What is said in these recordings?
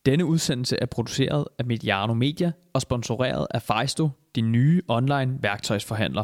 Denne udsendelse er produceret af Mediano Media og sponsoreret af Fejsto, din nye online værktøjsforhandler.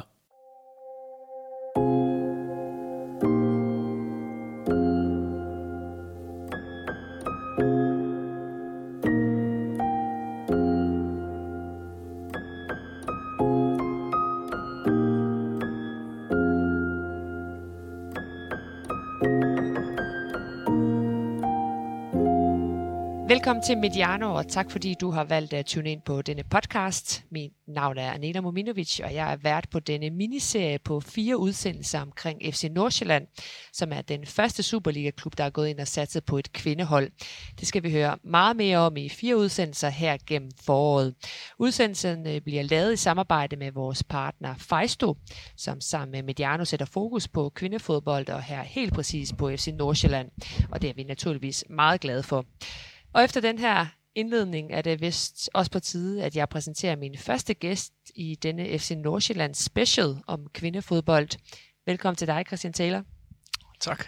Velkommen til Mediano, og tak fordi du har valgt at tune ind på denne podcast. Mit navn er Aneta Mominovic, og jeg er vært på denne miniserie på 4 udsendelser omkring FC Nordsjælland, som er den første Superliga-klub, der er gået ind og satset på et kvindehold. Det skal vi høre meget mere om i 4 udsendelser her gennem foråret. Udsendelsen bliver lavet i samarbejde med vores partner Fejsto, som sammen med Mediano sætter fokus på kvindefodbold og her helt præcis på FC Nordsjælland, og det er vi naturligvis meget glade for. Og efter den her indledning er det vist også på tide, at jeg præsenterer min første gæst i denne FC Nordsjælland special om kvindefodbold. Velkommen til dig, Christian Taylor. Tak.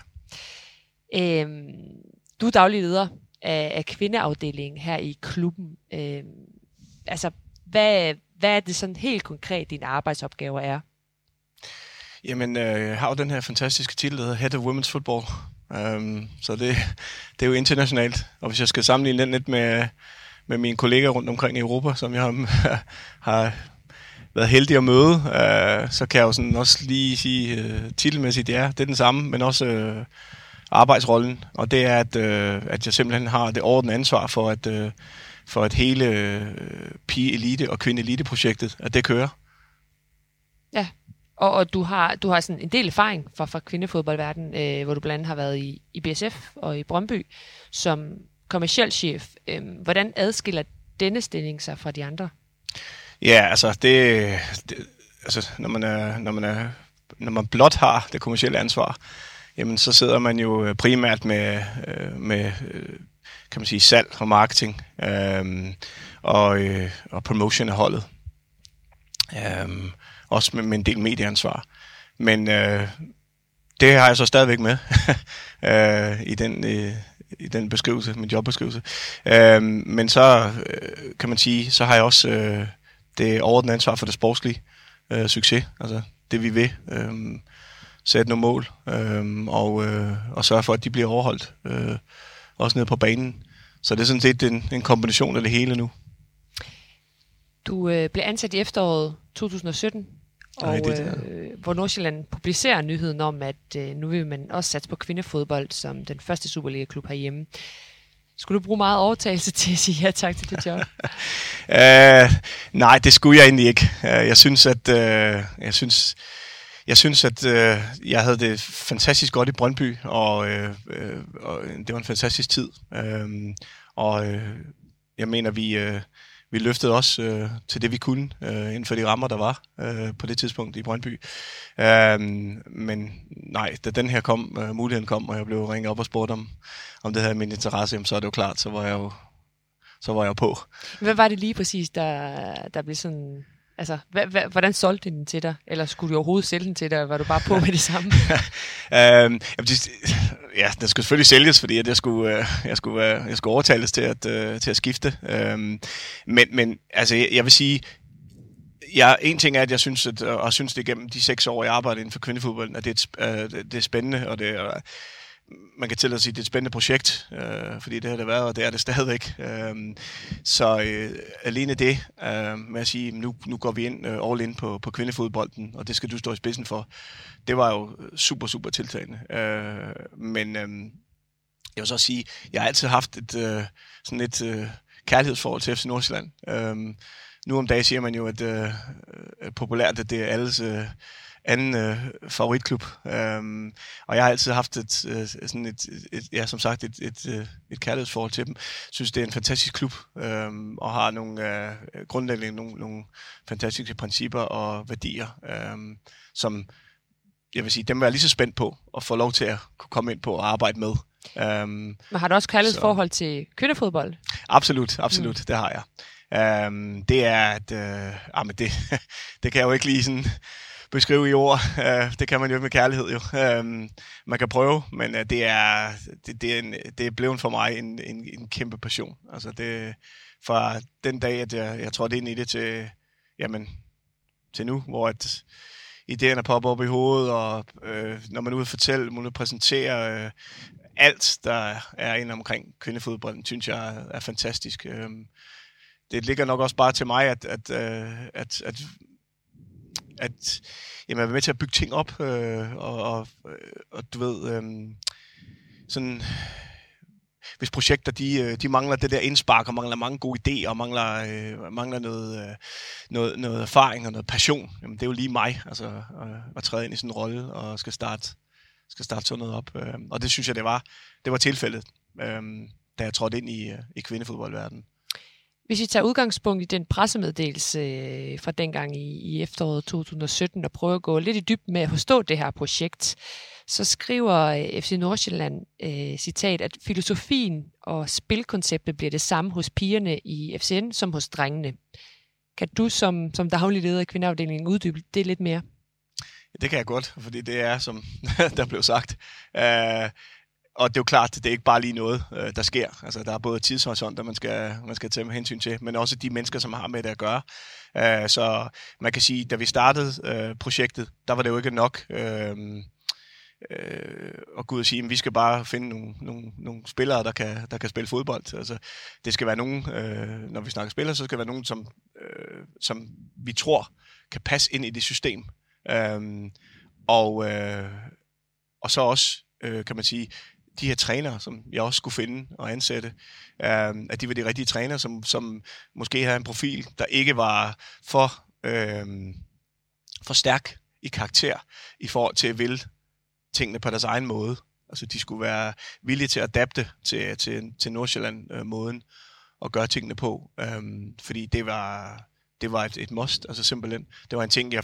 Du er daglig leder af kvindeafdelingen her i klubben. Hvad er det sådan helt konkret, dine arbejdsopgaver er? Jamen, jeg har jo den her fantastiske titel, der hedder Head of Women's Football. Så det er jo internationalt, og hvis jeg skal sammenligne den lidt med mine kolleger rundt omkring i Europa, som jeg har været heldig at møde, så kan jeg jo sådan også lige sige titelmæssigt, ja, det er den samme, men også arbejdsrollen, og det er, at jeg simpelthen har det overordnede ansvar for at hele pige-elite og kvinde-elite-projektet, at det kører. Ja. Og du har sådan en del erfaring fra kvindefodboldverdenen, hvor du blandt andet har været i BSF og i Brøndby som kommerciel chef. Hvordan adskiller denne stilling sig fra de andre? Ja, altså når man blot har det kommercielle ansvar, jamen så sidder man jo primært med kan man sige salg og marketing og promotion af holdet. Også med en del medieansvar. Men det har jeg så stadigvæk med i den beskrivelse, min jobbeskrivelse. Men så kan man sige, så har jeg også det overordnede ansvar for det sportslige succes. Altså det vi vil. Sætte nogle mål og sørge for, at de bliver overholdt. Også nede på banen. Så det er sådan set en kombination af det hele nu. Du blev ansat i efteråret 2017, hvor Nordsjælland publicerer nyheden om, at nu vil man også satse på kvindefodbold som den første Superliga-klub herhjemme. Skulle du bruge meget overtagelse til at sige ja tak til det job? Nej, det skulle jeg egentlig ikke. Jeg synes, at jeg havde det fantastisk godt i Brøndby, og det var en fantastisk tid. Jeg mener, vi løftede også til det, vi kunne, inden for de rammer, der var på det tidspunkt i Brøndby. Men nej, da den her muligheden kom, og jeg blev ringet op og spurgt om det havde min interesse, så er det jo klart, så var jeg på. Hvad var det lige præcis, der blev sådan... Altså, hvordan solgte den til dig? Eller skulle du overhovedet sælge den til dig, eller var du bare på med det samme? Den skulle selvfølgelig sælges, fordi at jeg skulle overtales til at skifte. Men altså, jeg vil sige, en ting er, at jeg synes det igennem de 6 år, jeg arbejder inden for kvindefodbolden, at det er spændende, og man kan til at sige, at det er et spændende projekt, fordi det har det været, og det er det stadigvæk. Så alene det med at sige, nu går vi ind all in på kvindefodbolden, og det skal du stå i spidsen for, det var jo super, super tiltagende. Men jeg vil så sige, jeg har altid haft sådan et kærlighedsforhold til FC Nordsjælland. Nu om dagen siger man jo, at populært, at det er alles anden favoritklub. Og jeg har altid haft som sagt et kærlighedsforhold til dem. Synes det er en fantastisk klub og har nogle grundlæggende nogle fantastiske principper og værdier, som jeg vil sige, dem er jeg lige så spændt på at få lov til at kunne komme ind på og arbejde med. Men har du også kærlighedsforhold til kvindefodbold? Absolut, det har jeg. Det er at det kan jeg jo ikke lige sådan beskrive i ord. Det kan man jo ikke med kærlighed jo. Man kan prøve, men det er blevet for mig en kæmpe passion. Altså det fra den dag, at jeg trådte ind i det til nu, hvor at idéerne popper op i hovedet, og når man er ude at fortælle, man er ude at præsentere alt, der er inde omkring kvindefodbolden, synes jeg er fantastisk. Det ligger nok også bare til mig, at jeg er med til at bygge ting op, og du ved, sådan, hvis projekter, de mangler det der indspark, og mangler mange gode idéer, og mangler noget erfaring og noget passion, jamen det er jo lige mig, altså at træde ind i sådan en rolle, og skal starte sådan noget op. Og det synes jeg, det var tilfældet, da jeg trådte ind i kvindefodboldverdenen. Hvis vi tager udgangspunkt i den pressemeddelelse fra dengang i efteråret 2017 og prøver at gå lidt i dybden med at forstå det her projekt, så skriver FC Nordsjælland, citat, at filosofien og spilkonceptet bliver det samme hos pigerne i FCN som hos drengene. Kan du som daglig leder i kvindeafdelingen uddybe det lidt mere? Det kan jeg godt, fordi det er, som der blev sagt. Og det er jo klart, det er ikke bare lige noget, der sker. Altså, der er både tidshorisonter, man skal tage med hensyn til, men også de mennesker, som har med det at gøre. Så man kan sige, da vi startede projektet, der var det jo ikke nok at gå ud og sige, at vi skal bare finde nogle spillere, der kan spille fodbold. Altså, det skal være nogen, når vi snakker spillere, så skal det være nogen, som vi tror kan passe ind i det system. Og så også, kan man sige, de her trænere, som jeg også skulle finde og ansætte, at de var de rigtige trænere, som måske havde en profil, der ikke var for stærk i karakter i forhold til at ville tingene på deres egen måde. Altså de skulle være villige til at adapte til Nordsjælland-måden og gøre tingene på, fordi det var et must, altså simpelthen. Det var en ting,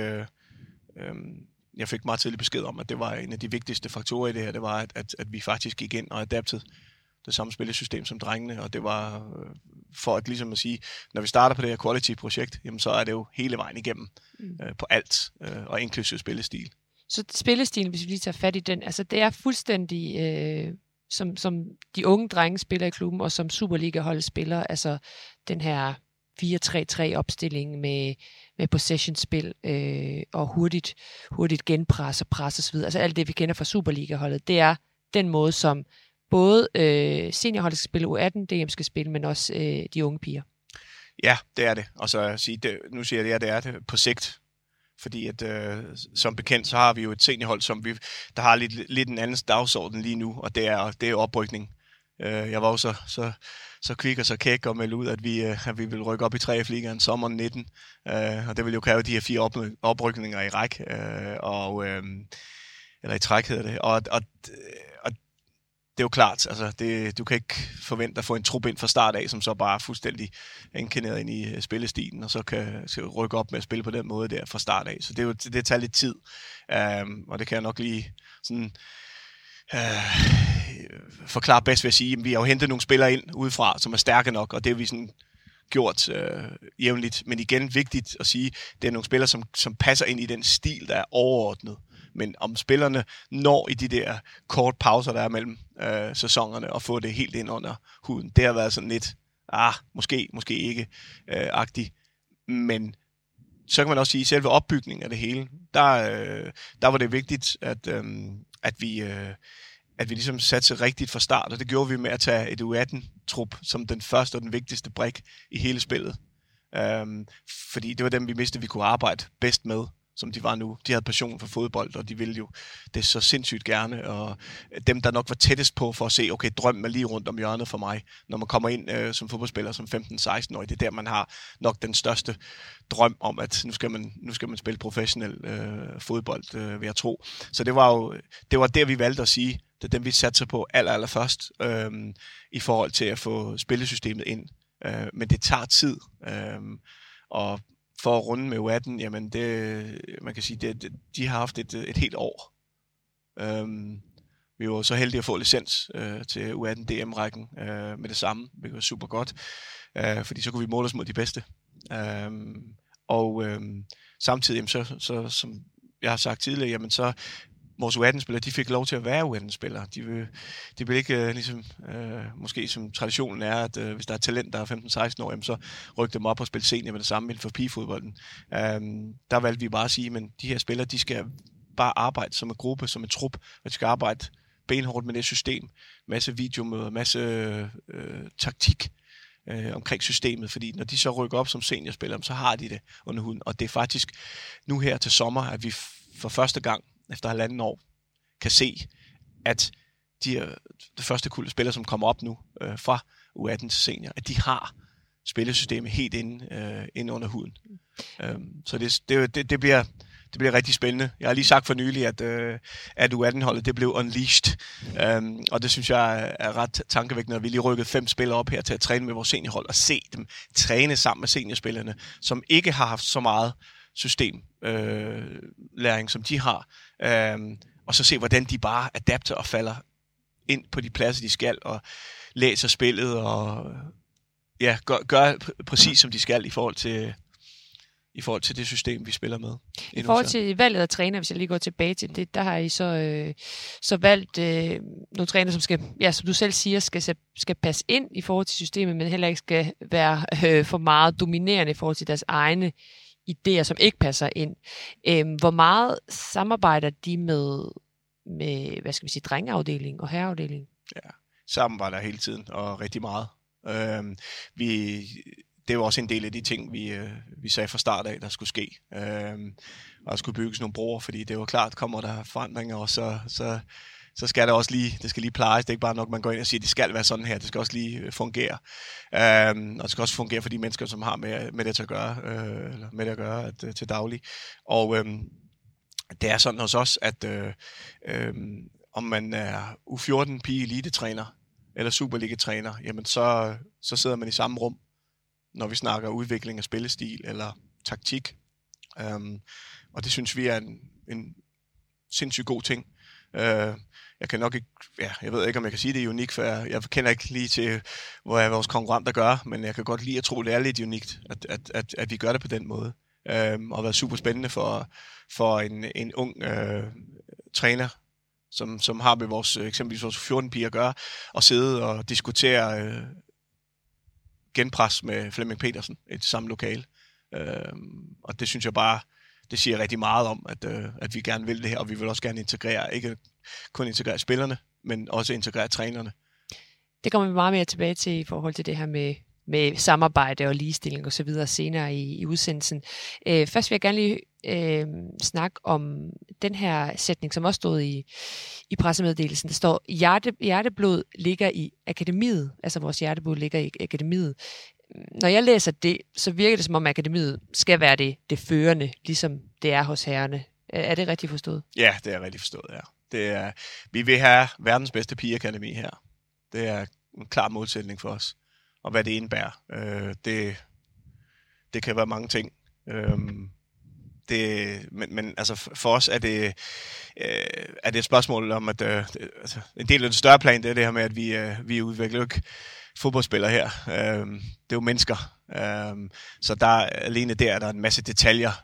jeg fik meget tidlig besked om, at det var en af de vigtigste faktorer i det her, det var, at vi faktisk gik ind og adaptede det samme spillesystem som drengene, og det var for at ligesom at sige, når vi starter på det her quality-projekt, jamen så er det jo hele vejen igennem på alt, og inklusive spillestil. Så spillestilen, hvis vi lige tager fat i den, altså det er fuldstændig som de unge drenge spiller i klubben, og som Superliga-holdet spiller, altså den her 4-3-3 opstilling med possession-spil og hurtigt genpres og pres og så videre. Altså alt det, vi kender fra Superliga-holdet, det er den måde, som både seniorholdet skal spille, U18, DM skal spille, men også de unge piger. Ja, det er det. Og så sige det, nu siger jeg, det er det på sigt. Fordi at som bekendt, så har vi jo et seniorhold, der har lidt en anden dagsorden lige nu, og det er oprykning. Jeg var jo så kvik og så kæk og melde ud, at vi vil rykke op i 3F-ligaen sommeren 19, og det vil jo kræve de her 4 oprykninger i ræk, eller i træk hedder det, og det er jo klart, altså du kan ikke forvente at få en trup ind fra start af, som så bare er fuldstændig indkenderet ind i spillestilen, og så kan rykke op med at spille på den måde der fra start af. Så det tager lidt tid, og det kan jeg nok lige sådan forklare bedst ved at sige, at vi har jo hentet nogle spillere ind udefra, som er stærke nok, og det har vi sådan gjort jævnligt. Men igen, vigtigt at sige, det er nogle spillere, som passer ind i den stil, der er overordnet. Men om spillerne når i de der kort pauser, der er mellem sæsonerne, og få det helt ind under huden, det har været sådan lidt, måske ikke, agtigt. Men så kan man også sige, at selve opbygningen af det hele, der var det vigtigt, at vi ligesom satte sig rigtigt fra start, og det gjorde vi med at tage et U18-trup som den første og den vigtigste brik i hele spillet. Fordi det var dem, vi vidste, vi kunne arbejde bedst med, som de var nu. De havde passion for fodbold, og de ville jo det så sindssygt gerne, og dem, der nok var tættest på for at se, okay, drømmen er lige rundt om hjørnet for mig. Når man kommer ind som fodboldspiller som 15-16-årig, det er der, man har nok den største drøm om, at nu skal man spille professionel fodbold, vil jeg tro. Så det var der, vi valgte at sige, det er dem, vi satte sig på allerførst, i forhold til at få spillesystemet ind. Men det tager tid, og for at runde med U18, jamen man kan sige, de har haft et helt år. Vi var så heldige at få licens til U18 DM-rækken med det samme, hvilket var super godt, fordi så kunne vi måle os mod de bedste. Og samtidig, jamen, så som jeg har sagt tidligere, jamen så vores U18-spillere, de fik lov til at være U18-spillere. De vil ikke ligesom, måske som traditionen er, at hvis der er talent, der er 15-16 år, jamen, så rykker dem op og spille senior med det samme inden for pigefodbolden. Der valgte vi bare at sige, men de her spillere, de skal bare arbejde som en gruppe, som en trup, og de skal arbejde benhårdt med det system. Masse videomøder, masse taktik omkring systemet, fordi når de så rykker op som seniorspillere, så har de det under huden. Og det er faktisk nu her til sommer, at vi for første gang efter 1,5 år kan se, at det første kulde spillere, som kommer op nu fra U18 til senior, at de har spillesystemet helt inde under huden. Så det bliver rigtig spændende. Jeg har lige sagt for nylig, at U18-holdet det blev unleashed, og det synes jeg er ret tankevækkende, at vi lige rykkede 5 spillere op her til at træne med vores seniorhold, og se dem træne sammen med seniorspillerne, som ikke har haft så meget systemlæring, som de har, og så se, hvordan de bare adapter og falder ind på de pladser, de skal, og læser spillet, og ja, gør præcis, som de skal i forhold til det system, vi spiller med. I forhold til valget af træner, hvis jeg lige går tilbage til det, der har I så valgt nogle træner, som skal, ja, som du selv siger, skal passe ind i forhold til systemet, men heller ikke skal være for meget dominerende i forhold til deres egne idéer, som ikke passer ind. Hvor meget samarbejder de med hvad skal vi sige, drengeafdeling og herreafdeling? Ja, samarbejder hele tiden, og rigtig meget. Det er jo også en del af de ting, vi sagde fra start af, der skulle ske. Og der skulle bygges nogle broer, fordi det var klart, kommer der forandringer, og så skal det også lige plejes. Det er ikke bare nok, man går ind og siger, at det skal være sådan her. Det skal også lige fungere. Og det skal også fungere for de mennesker, som har med det at gøre, eller med det at gøre til daglig. Og det er sådan hos os, at om man er U14 pige elitetræner eller Superliga-træner, jamen så sidder man i samme rum, når vi snakker udvikling af spillestil eller taktik. Og det synes vi er en sindssygt god ting. Jeg kan nok ikke, jeg ved ikke, om jeg kan sige, det er unikt, for jeg kender ikke lige til, hvor vores konkurrenter gør, men jeg kan godt lide at tro, det er lidt unikt, at vi gør det på den måde. Og været super spændende for en ung træner, som har med eksempelvis vores 14-piger at gøre, og sidde og diskutere genpres med Flemming Petersen i det samme lokale. Og det synes jeg bare, det siger rigtig meget om, at vi gerne vil det her, og vi vil også gerne integrere, ikke kun integrere spillerne, men også integrere trænerne. Det kommer vi meget mere tilbage til i forhold til det her med samarbejde og ligestilling og så videre senere i udsendelsen. Først vil jeg gerne lige snakke om den her sætning, som også stod i pressemeddelelsen. Der står, hjerteblod ligger i akademiet, altså vores hjerteblod ligger i akademiet. Når jeg læser det, så virker det som om akademiet skal være det førende, ligesom det er hos herrerne. Er det rigtigt forstået? Ja, det er rigtigt forstået, ja. Vi vil have verdens bedste pigeakademi her. Det er en klar målsætning for os. Og hvad det indebærer. Det kan være mange ting. Men altså for os er det et spørgsmål om, at altså, en del af den større plan, det er det her med, at vi udvikler ikke fodboldspillere her. Det er jo mennesker. Så alene der er der en masse detaljer,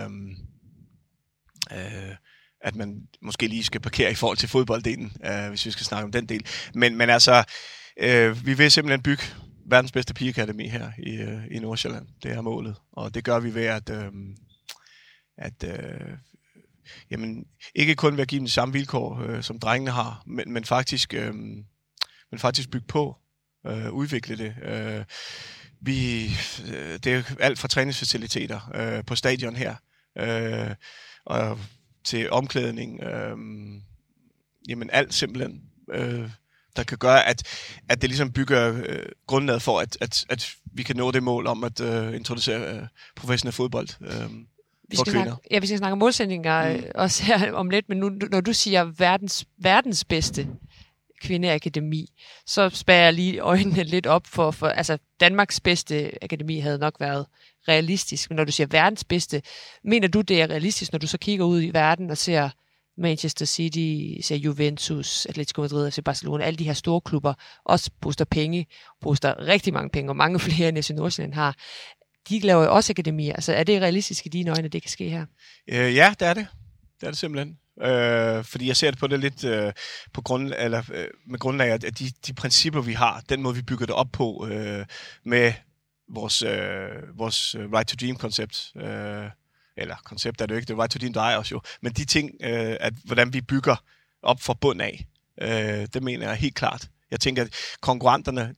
at man måske lige skal parkere i forhold til fodbolddelen, hvis vi skal snakke om den del. Men altså, vi vil simpelthen bygge verdens bedste pigeakademi her i Nordsjælland. Det er målet. Og det gør vi ved at jamen, ikke kun ved at give dem de samme vilkår, som drengene har, men faktisk bygge på, udvikle det. Det er alt fra træningsfaciliteter på stadion her, og til omklædning, jamen alt simpelthen, der kan gøre, at det ligesom bygger grundlaget for, at vi kan nå det mål om at introducere professionel fodbold for kvinder. Vi skal snakke om målsætninger også her om lidt, men nu, når du siger verdens bedste kvindeakademi, så spærer jeg lige øjnene lidt op for altså Danmarks bedste akademi havde nok været realistisk, men når du siger verdens bedste, mener du, det er realistisk, når du så kigger ud i verden og ser Manchester City, ser Juventus, Atletico Madrid, FC Barcelona, alle de her store klubber, også poster rigtig mange penge, og mange flere end FC Nordsjælland har. de laver jo også akademier. Altså er det realistisk i dine øjne, det kan ske her? Ja, det er det. Det er det simpelthen. Fordi jeg ser det på det lidt med grundlag af at de principper, vi har, den måde, vi bygger det op på med vores Right to Dream-koncept. Eller koncept er det jo ikke, det er Right to Dream, der er også jo. Men de ting, at hvordan vi bygger op fra bund af, det mener jeg helt klart. Jeg tænker, at konkurrenterne...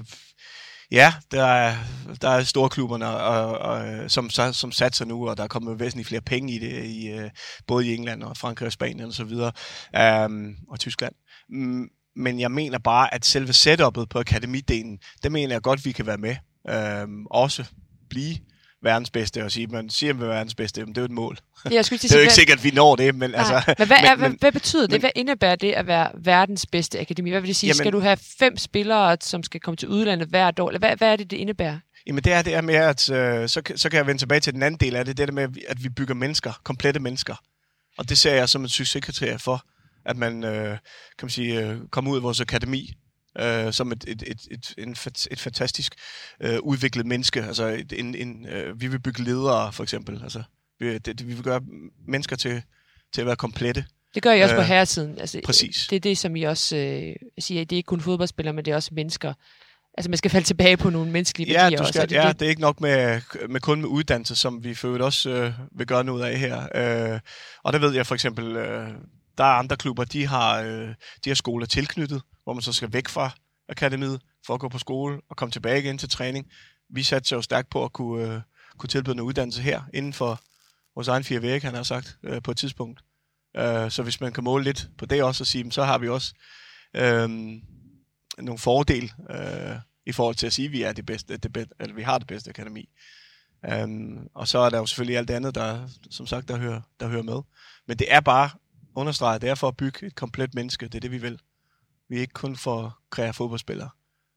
der er store klubberne, som satser nu, og der er kommet væsentligt flere penge i det, både i England og Frankrig og Spanien og så videre, og Tyskland. Men jeg mener bare, at selve setup'et på akademidelen, det mener jeg godt, vi kan være med. Også blive verdens bedste, og man siger, at vi er verdens bedste, men det er jo et mål. Det er jo ikke sikkert, at vi når det, men altså... Men hvad betyder det? Hvad indebærer det at være verdens bedste akademi? Hvad vil det sige? Jamen, skal du have 5 spillere, som skal komme til udlandet hvert år? Eller hvad er det indebærer? Jamen det er med, at så kan jeg vende tilbage til den anden del af det. Det er det med, at vi bygger mennesker, komplette mennesker. Og det ser jeg som et succeskriterie for, at man, kan man sige, kommer ud af vores akademi som et fantastisk udviklet menneske. Altså vi vil bygge ledere, for eksempel. Altså, vi vil gøre mennesker til at være komplette. Det gør I også på herresiden. Altså, præcis. Det er det, som I også siger, det er ikke kun fodboldspillere, men det er også mennesker. Altså man skal falde tilbage på nogle menneskelige værdier også. Det er ikke nok kun med uddannelse, som vi for øvrigt også vil gøre noget af her. Og der ved jeg for eksempel, der er andre klubber, de har skoler tilknyttet, hvor man så skal væk fra akademiet for at gå på skole og komme tilbage igen til træning. Vi satser jo stærkt på at kunne tilbyde en uddannelse her, inden for vores egen 4 vægge, han har sagt, på et tidspunkt. Så hvis man kan måle lidt på det også og sige, så har vi også nogle fordele i forhold til at sige, at vi er det bedste, eller vi har det bedste akademi. Og så er der jo selvfølgelig alt det andet, der som sagt, der hører med. Men det er bare understreget, det er for at bygge et komplet menneske. Det er det, vi vil. Vi er ikke kun for at kreere fodboldspillere.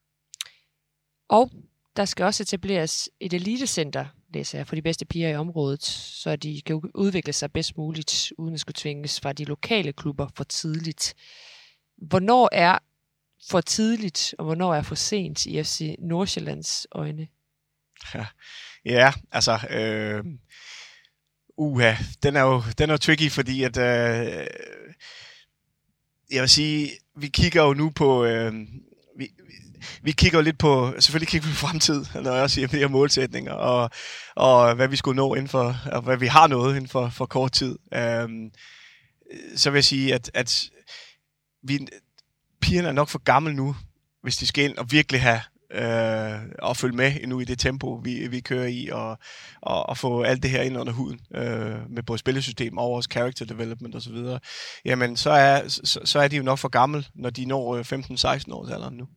Og der skal også etableres et elitecenter, læser jeg, for de bedste piger i området, så de kan udvikle sig bedst muligt, uden at skulle tvinges fra de lokale klubber for tidligt. Hvornår er for tidligt, og hvornår er for sent i FC Nordsjællands øjne? Ja, altså... den er jo tricky, fordi at... jeg vil sige, vi kigger jo nu på... Vi kigger jo lidt på... Selvfølgelig kigger vi på fremtid, når jeg også siger de her målsætninger, og hvad vi skulle nå inden for... Og hvad vi har nået inden for kort tid. Så vil jeg sige, at pigerne er nok for gamle nu, hvis de skal ind og virkelig have og følge med nu i det tempo, vi kører i, og få alt det her ind under huden, med både spillesystem og vores character development osv., jamen så er de jo nok for gamle, når de når 15-16 års alderen nu.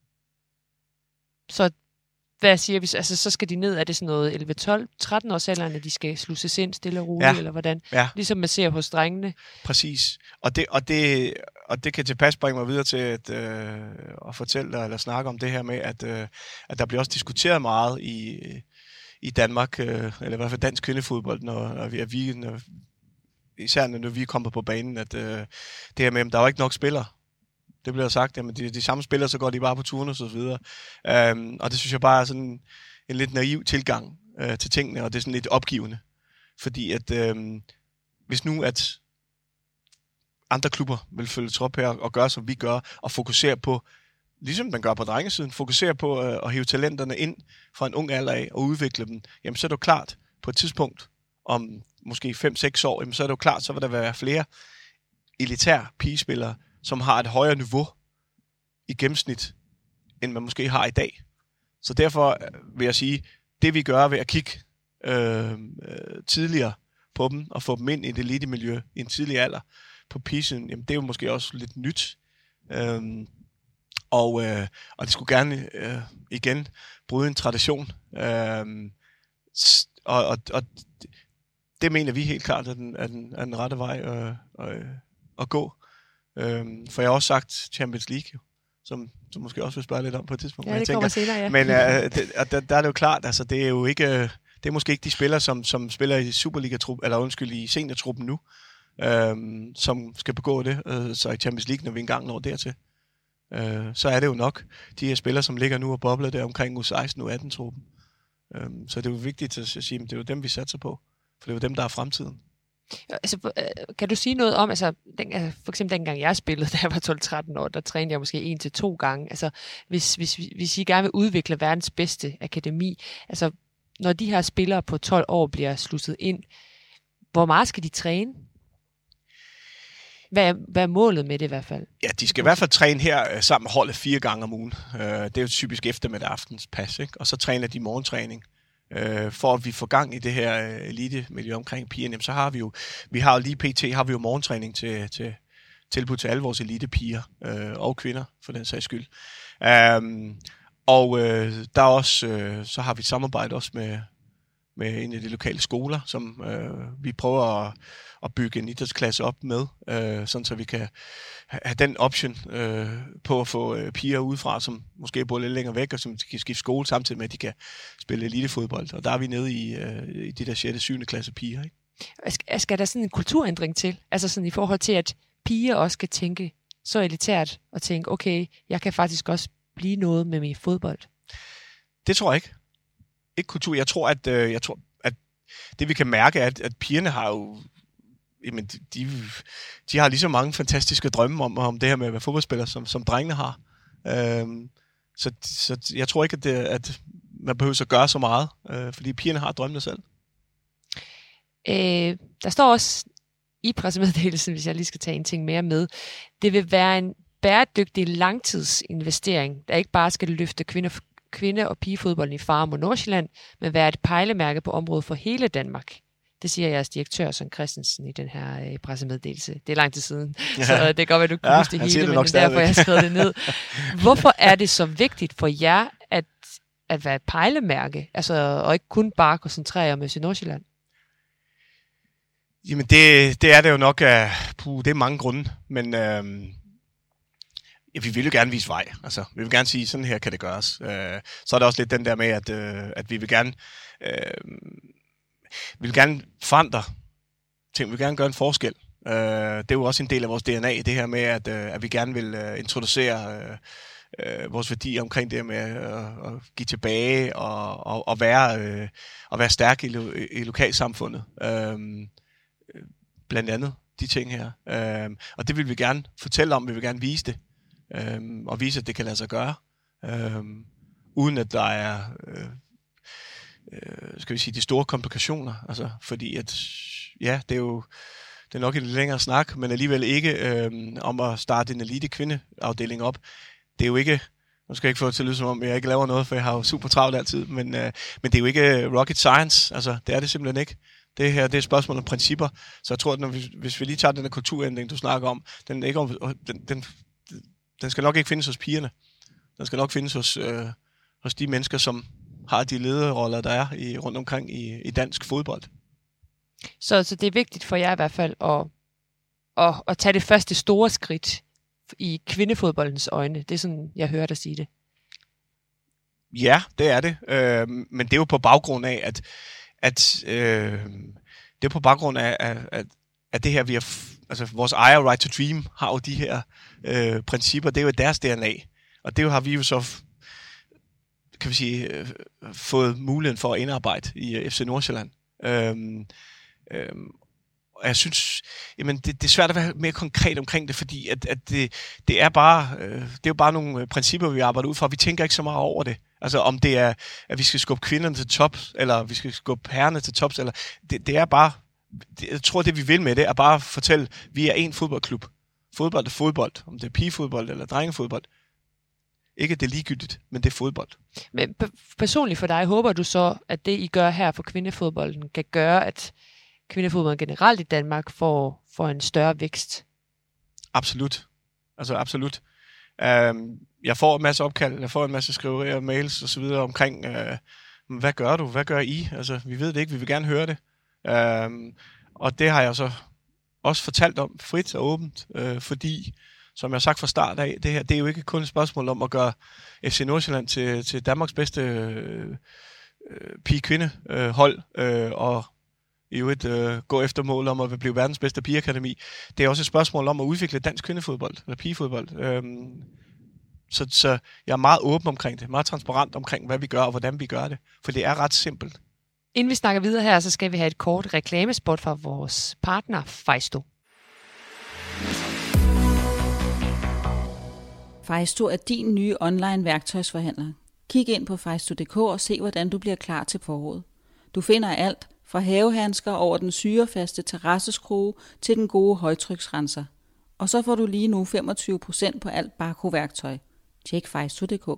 Så hvad siger vi? Altså, så skal de ned, er det sådan noget 11, 12, 13 års alderen, at de skal slusses ind stille og roligt, eller hvordan? Ja. Ligesom man ser hos drengene. Præcis. Og det kan tilpas bringe mig videre til at fortælle dig, eller snakke om det her med, at der bliver også diskuteret meget i Danmark, eller i hvert fald dansk kvindefodbold, når især når vi kommer på banen, at det her med, at der er jo ikke nok spillere. Det bliver sagt, at de samme spillere, så går de bare på turene og så videre. Og det synes jeg bare er sådan en lidt naiv tilgang til tingene, og det er sådan lidt opgivende. Fordi at hvis nu at andre klubber vil følge trop her og gøre, som vi gør, og fokusere på, ligesom man gør på drengesiden, fokusere på at hive talenterne ind fra en ung alder af og udvikle dem, jamen så er det jo klart, på et tidspunkt om måske 5-6 år, jamen så er det jo klart, så vil der være flere elitære pigespillere, som har et højere niveau i gennemsnit, end man måske har i dag. Så derfor vil jeg sige, det vi gør ved at kigge tidligere på dem, og få dem ind i det elitemiljø i en tidlig alder på pigesiden, jamen det er jo måske også lidt nyt. Og det skulle gerne igen bryde en tradition. Og det mener vi helt klart er den rette vej at gå. For jeg har også sagt Champions League, jo, som måske også vil spørge lidt om på et tidspunkt. Ja, det kommer senere, ja. Men der er det jo klart, altså det er jo ikke, det er måske ikke de spillere, som spiller i Superliga-truppen, eller i seniortruppen nu, som skal begå det, så i Champions League, når vi engang når dertil. Så er det jo nok de her spillere, som ligger nu og bobler der omkring U16 og U18-truppen. Så det er jo vigtigt at sige, at det er jo dem, vi satser på. For det er jo dem, der er fremtiden. Altså, kan du sige noget om, for eksempel dengang jeg spillede, da jeg var 12-13 år, der trænede jeg måske 1-2 gange. Altså, hvis I gerne vil udvikle verdens bedste akademi, altså, når de her spillere på 12 år bliver sluttet ind, hvor meget skal de træne? Hvad er målet med det i hvert fald? Ja, de skal i hvert fald træne her sammen med holdet 4 gange om ugen. Det er jo typisk eftermiddag aftens pas, ikke? Og så træner de morgentræning. For at vi får gang i det her elite-miljø omkring pigerne, så har vi har jo lige pt. Har vi jo morgentræning til tilbud til alle vores elitepiger og kvinder, for den sags skyld. Der er også, så har vi et samarbejde også med en af de lokale skoler, som vi prøver at bygge en idrætsklasse op med, sådan så vi kan have den option på at få piger udefra, som måske bor lidt længere væk, og som kan skifte skole samtidig med, at de kan spille elitefodbold. Og der er vi nede i de der 6. og 7. klasse piger. Ikke? Skal der sådan en kulturændring til? Altså sådan i forhold til, at piger også skal tænke så elitært, og tænke, okay, jeg kan faktisk også blive noget med min fodbold. Det tror jeg ikke. Ikke kultur. Jeg tror, at det vi kan mærke er, at pigerne har jo, jamen, de har lige så mange fantastiske drømme om det her med at være fodboldspiller, som drengene har. Så jeg tror ikke, at man behøver at gøre så meget, fordi pigerne har drømmene selv. Der står også i pressemeddelelsen, hvis jeg lige skal tage en ting mere med, det vil være en bæredygtig langtidsinvestering, der ikke bare skal løfte kvinde- og pigefodbolden i Farum og Nordsjælland, men være et pejlemærke på området for hele Danmark. Det siger jeres direktør, Søren Christensen, i den her pressemeddelelse. Det er lang tid siden, så det kan godt være, du kan huske det hele, men det er derfor, jeg har skrevet det ned. Hvorfor er det så vigtigt for jer at være et pejlemærke, altså, og ikke kun bare koncentrere jer med FC Nordsjælland? Jamen, det er det jo nok af... det er mange grunde, men... vi vil jo gerne vise vej. Altså, vi vil gerne sige, sådan her kan det gøres. Så er der også lidt den der med, at vi vil gerne forandre ting. Vi vil gerne gøre en forskel. Det er jo også en del af vores DNA, det her med, at vi gerne vil introducere vores værdier omkring det med at give tilbage og være stærk i lokalsamfundet. Blandt andet de ting her. Og det vil vi gerne fortælle om, vi vil gerne vise det. Og vise, at det kan lade sig gøre, uden at der er, skal vi sige, de store komplikationer. Altså, fordi at, ja, det er nok en længere snak, men alligevel ikke om at starte en elite kvindeafdeling op. Det er jo ikke, nu skal jeg ikke få det til at lyde som om, jeg ikke laver noget, for jeg har jo super travlt altid, men det er jo ikke rocket science, altså det er det simpelthen ikke. Det her, det er et spørgsmål om principper, så jeg tror, at hvis vi lige tager den her kulturændring, du snakker om, den skal nok ikke findes hos pigerne. Den skal nok findes hos de mennesker, som har de lederroller, der er rundt omkring i dansk fodbold. Så det er vigtigt for jer i hvert fald at tage det første store skridt i kvindefodboldens øjne. Det er sådan, jeg hører dig sige det. Ja, det er det. Men det er jo på baggrund af, at det er på baggrund af at det her, vi har... Altså, vores ejer Right to Dream har jo de her principper. Det er jo deres DNA. Og det har vi jo så, kan vi sige, fået muligheden for at indarbejde i FC Nordsjælland. Og jeg synes, jamen, det er svært at være mere konkret omkring det, fordi at det er bare, det er jo bare nogle principper, vi arbejder ud fra. Vi tænker ikke så meget over det. Altså om det er, at vi skal skubbe kvinderne til tops, eller vi skal skubbe herrerne til tops, eller det er bare... Jeg tror, det vi vil med det, er bare at fortælle, at vi er en fodboldklub. Fodbold er fodbold. Om det er pigefodbold eller drengefodbold. Ikke at det er ligegyldigt, men det er fodbold. Men personligt for dig, håber du så, at det I gør her for kvindefodbolden, kan gøre, at kvindefodbolden generelt i Danmark får en større vækst? Absolut. Altså absolut. Jeg får en masse opkald, jeg får en masse skriverier, mails og så videre omkring, hvad gør du? Hvad gør I? Altså, vi ved det ikke, vi vil gerne høre det. Og det har jeg så også fortalt om frit og åbent, fordi, som jeg har sagt fra start af, det her, det er jo ikke kun et spørgsmål om at gøre FC Nordsjælland til Danmarks bedste pige-kvinde-hold, og i øvrigt gå efter mål om at blive verdens bedste pigeakademi. Det er også et spørgsmål om at udvikle dansk kvindefodbold, eller pigefodbold. Så jeg er meget åben omkring det, meget transparent omkring, hvad vi gør og hvordan vi gør det, for det er ret simpelt. Inden vi snakker videre her, så skal vi have et kort reklamespot fra vores partner Fejsto. Fejsto er din nye online værktøjsforhandler. Kig ind på fejsto.dk og se, hvordan du bliver klar til foråret. Du finder alt fra havehandsker over den syrefaste terrasseskrue til den gode højtryksrenser. Og så får du lige nu 25% på alt Barco-værktøj. Tjek fejsto.dk.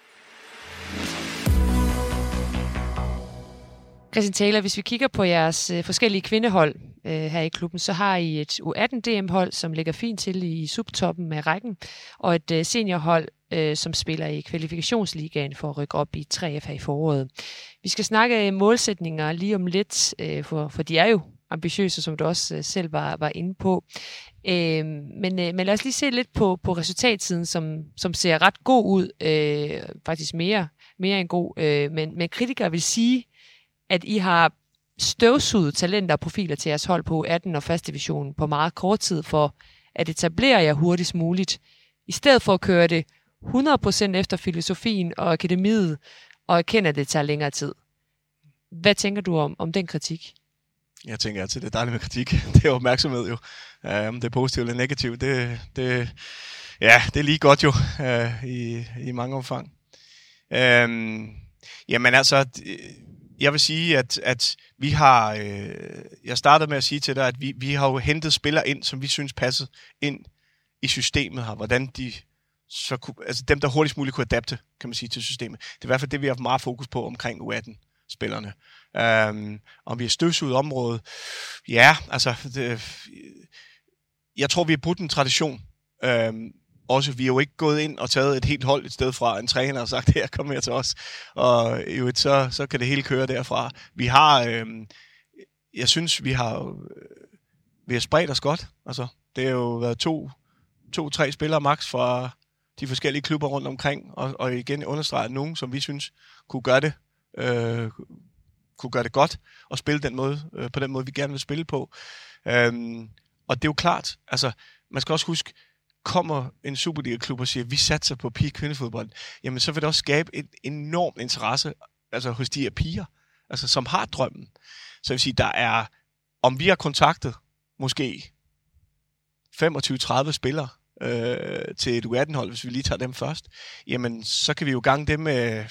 Christian Taylor, hvis vi kigger på jeres forskellige kvindehold her i klubben, så har I et U18-DM-hold, som ligger fint til i subtoppen af rækken, og et seniorhold, som spiller i kvalifikationsligaen for at rykke op i 3F her i foråret. Vi skal snakke målsætninger lige om lidt, for de er jo ambitiøse, som du også selv var inde på. Men lad os lige se lidt på resultatsiden, som ser ret god ud, faktisk mere end god, men kritikere vil sige, at I har støvsuget talenter og profiler til jeres hold på 18 og første division på meget kort tid for at etablere jer hurtigst muligt, i stedet for at køre det 100% efter filosofien og akademiet, og erkende, at det tager længere tid. Hvad tænker du om den kritik? Jeg tænker altid, det er dejligt med kritik. Det er opmærksomhed jo. Om det er positivt eller negativt, det er lige godt jo i mange omfang. Jamen altså, jeg vil sige, at vi har... jeg startede med at sige til dig, at vi har jo hentet spillere ind, som vi synes passede ind i systemet her. Hvordan de så kunne, altså dem, der hurtigst muligt kunne adapte, kan man sige, til systemet. Det er i hvert fald det, vi har meget fokus på omkring U18-spillerne. Om vi har støvsuget området. Ja, altså... jeg tror, vi har brudt en tradition. Også, vi har jo ikke gået ind og taget et helt hold et sted fra en træner og sagt, her, kom her til os. Og jo, så kan det hele køre derfra. Vi har, jeg synes, vi har spredt os godt. Altså, det har jo været 2-3 spillere max fra de forskellige klubber rundt omkring, og igen understreget nogen, som vi synes kunne gøre det godt, og spille på den måde, vi gerne vil spille på. Og det er jo klart, altså, man skal også huske, kommer en Superliga-klub og siger, vi satser på pige-kvindefodbold, jamen så vil det også skabe en enorm interesse altså hos de her piger, altså, som har drømmen. Så jeg vil sige, der er, om vi har kontaktet måske 25-30 spillere til et U18-hold, hvis vi lige tager dem først, jamen så kan vi jo gange det med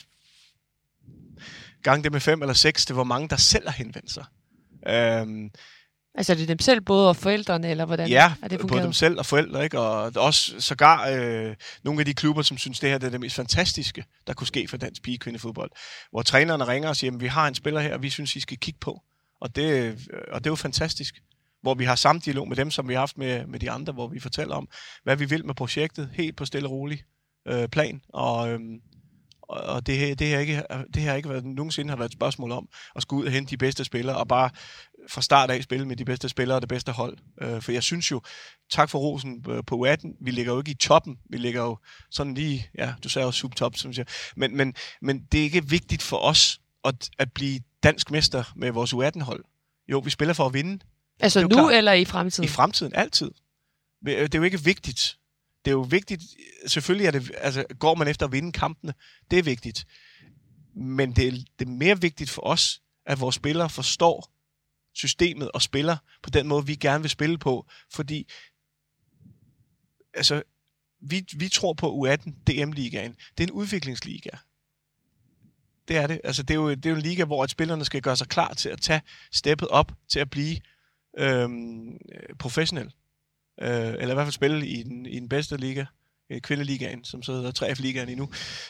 5 eller 6, det var mange, der selv har henvendt sig. Altså er det dem selv, både og forældrene, eller hvordan er det fungeret? Både dem selv og forældre, ikke? Og også sågar nogle af de klubber, som synes, det her det er det mest fantastiske, der kunne ske for dansk pige-kvindefodbold. Hvor trænerne ringer og siger, at vi har en spiller her, og vi synes, I skal kigge på. Og det er jo fantastisk. Hvor vi har samme dialog med dem, som vi har haft med de andre, hvor vi fortæller om, hvad vi vil med projektet, helt på stille og rolig plan. Og det her ikke nogensinde har været et spørgsmål om at skulle ud og hente de bedste spillere, og bare fra start af spille med de bedste spillere og det bedste hold. For jeg synes jo, tak for rosen på U18, vi ligger jo ikke i toppen, vi ligger jo sådan lige, ja, du sagde jo subtop, som jeg siger. Men det er ikke vigtigt for os at blive dansk mester med vores U18-hold. Jo, vi spiller for at vinde. Altså nu klart. Eller i fremtiden? I fremtiden, altid. Det er jo ikke vigtigt. Det er jo vigtigt, selvfølgelig er det, altså går man efter at vinde kampene, det er vigtigt. Men det er mere vigtigt for os, at vores spillere forstår systemet og spiller på den måde, vi gerne vil spille på. Fordi altså, vi tror på U18 DM-ligaen. Det er en udviklingsliga. Det er det. Altså, det er jo en liga, hvor at spillerne skal gøre sig klar til at tage steppet op til at blive professionel. Eller i hvert fald spille i den bedste liga, kvindeligaen, som så hedder 3F-ligaen endnu.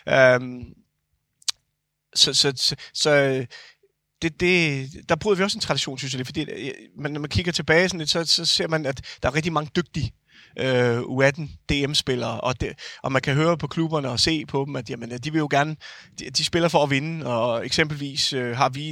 Så der bryder vi også en tradition, synes jeg, fordi når man kigger tilbage sådan lidt, så ser man, at der er rigtig mange dygtige U18 DM-spillere, og man kan høre på klubberne og se på dem, at jamen, de vil jo gerne, de spiller for at vinde, og eksempelvis har vi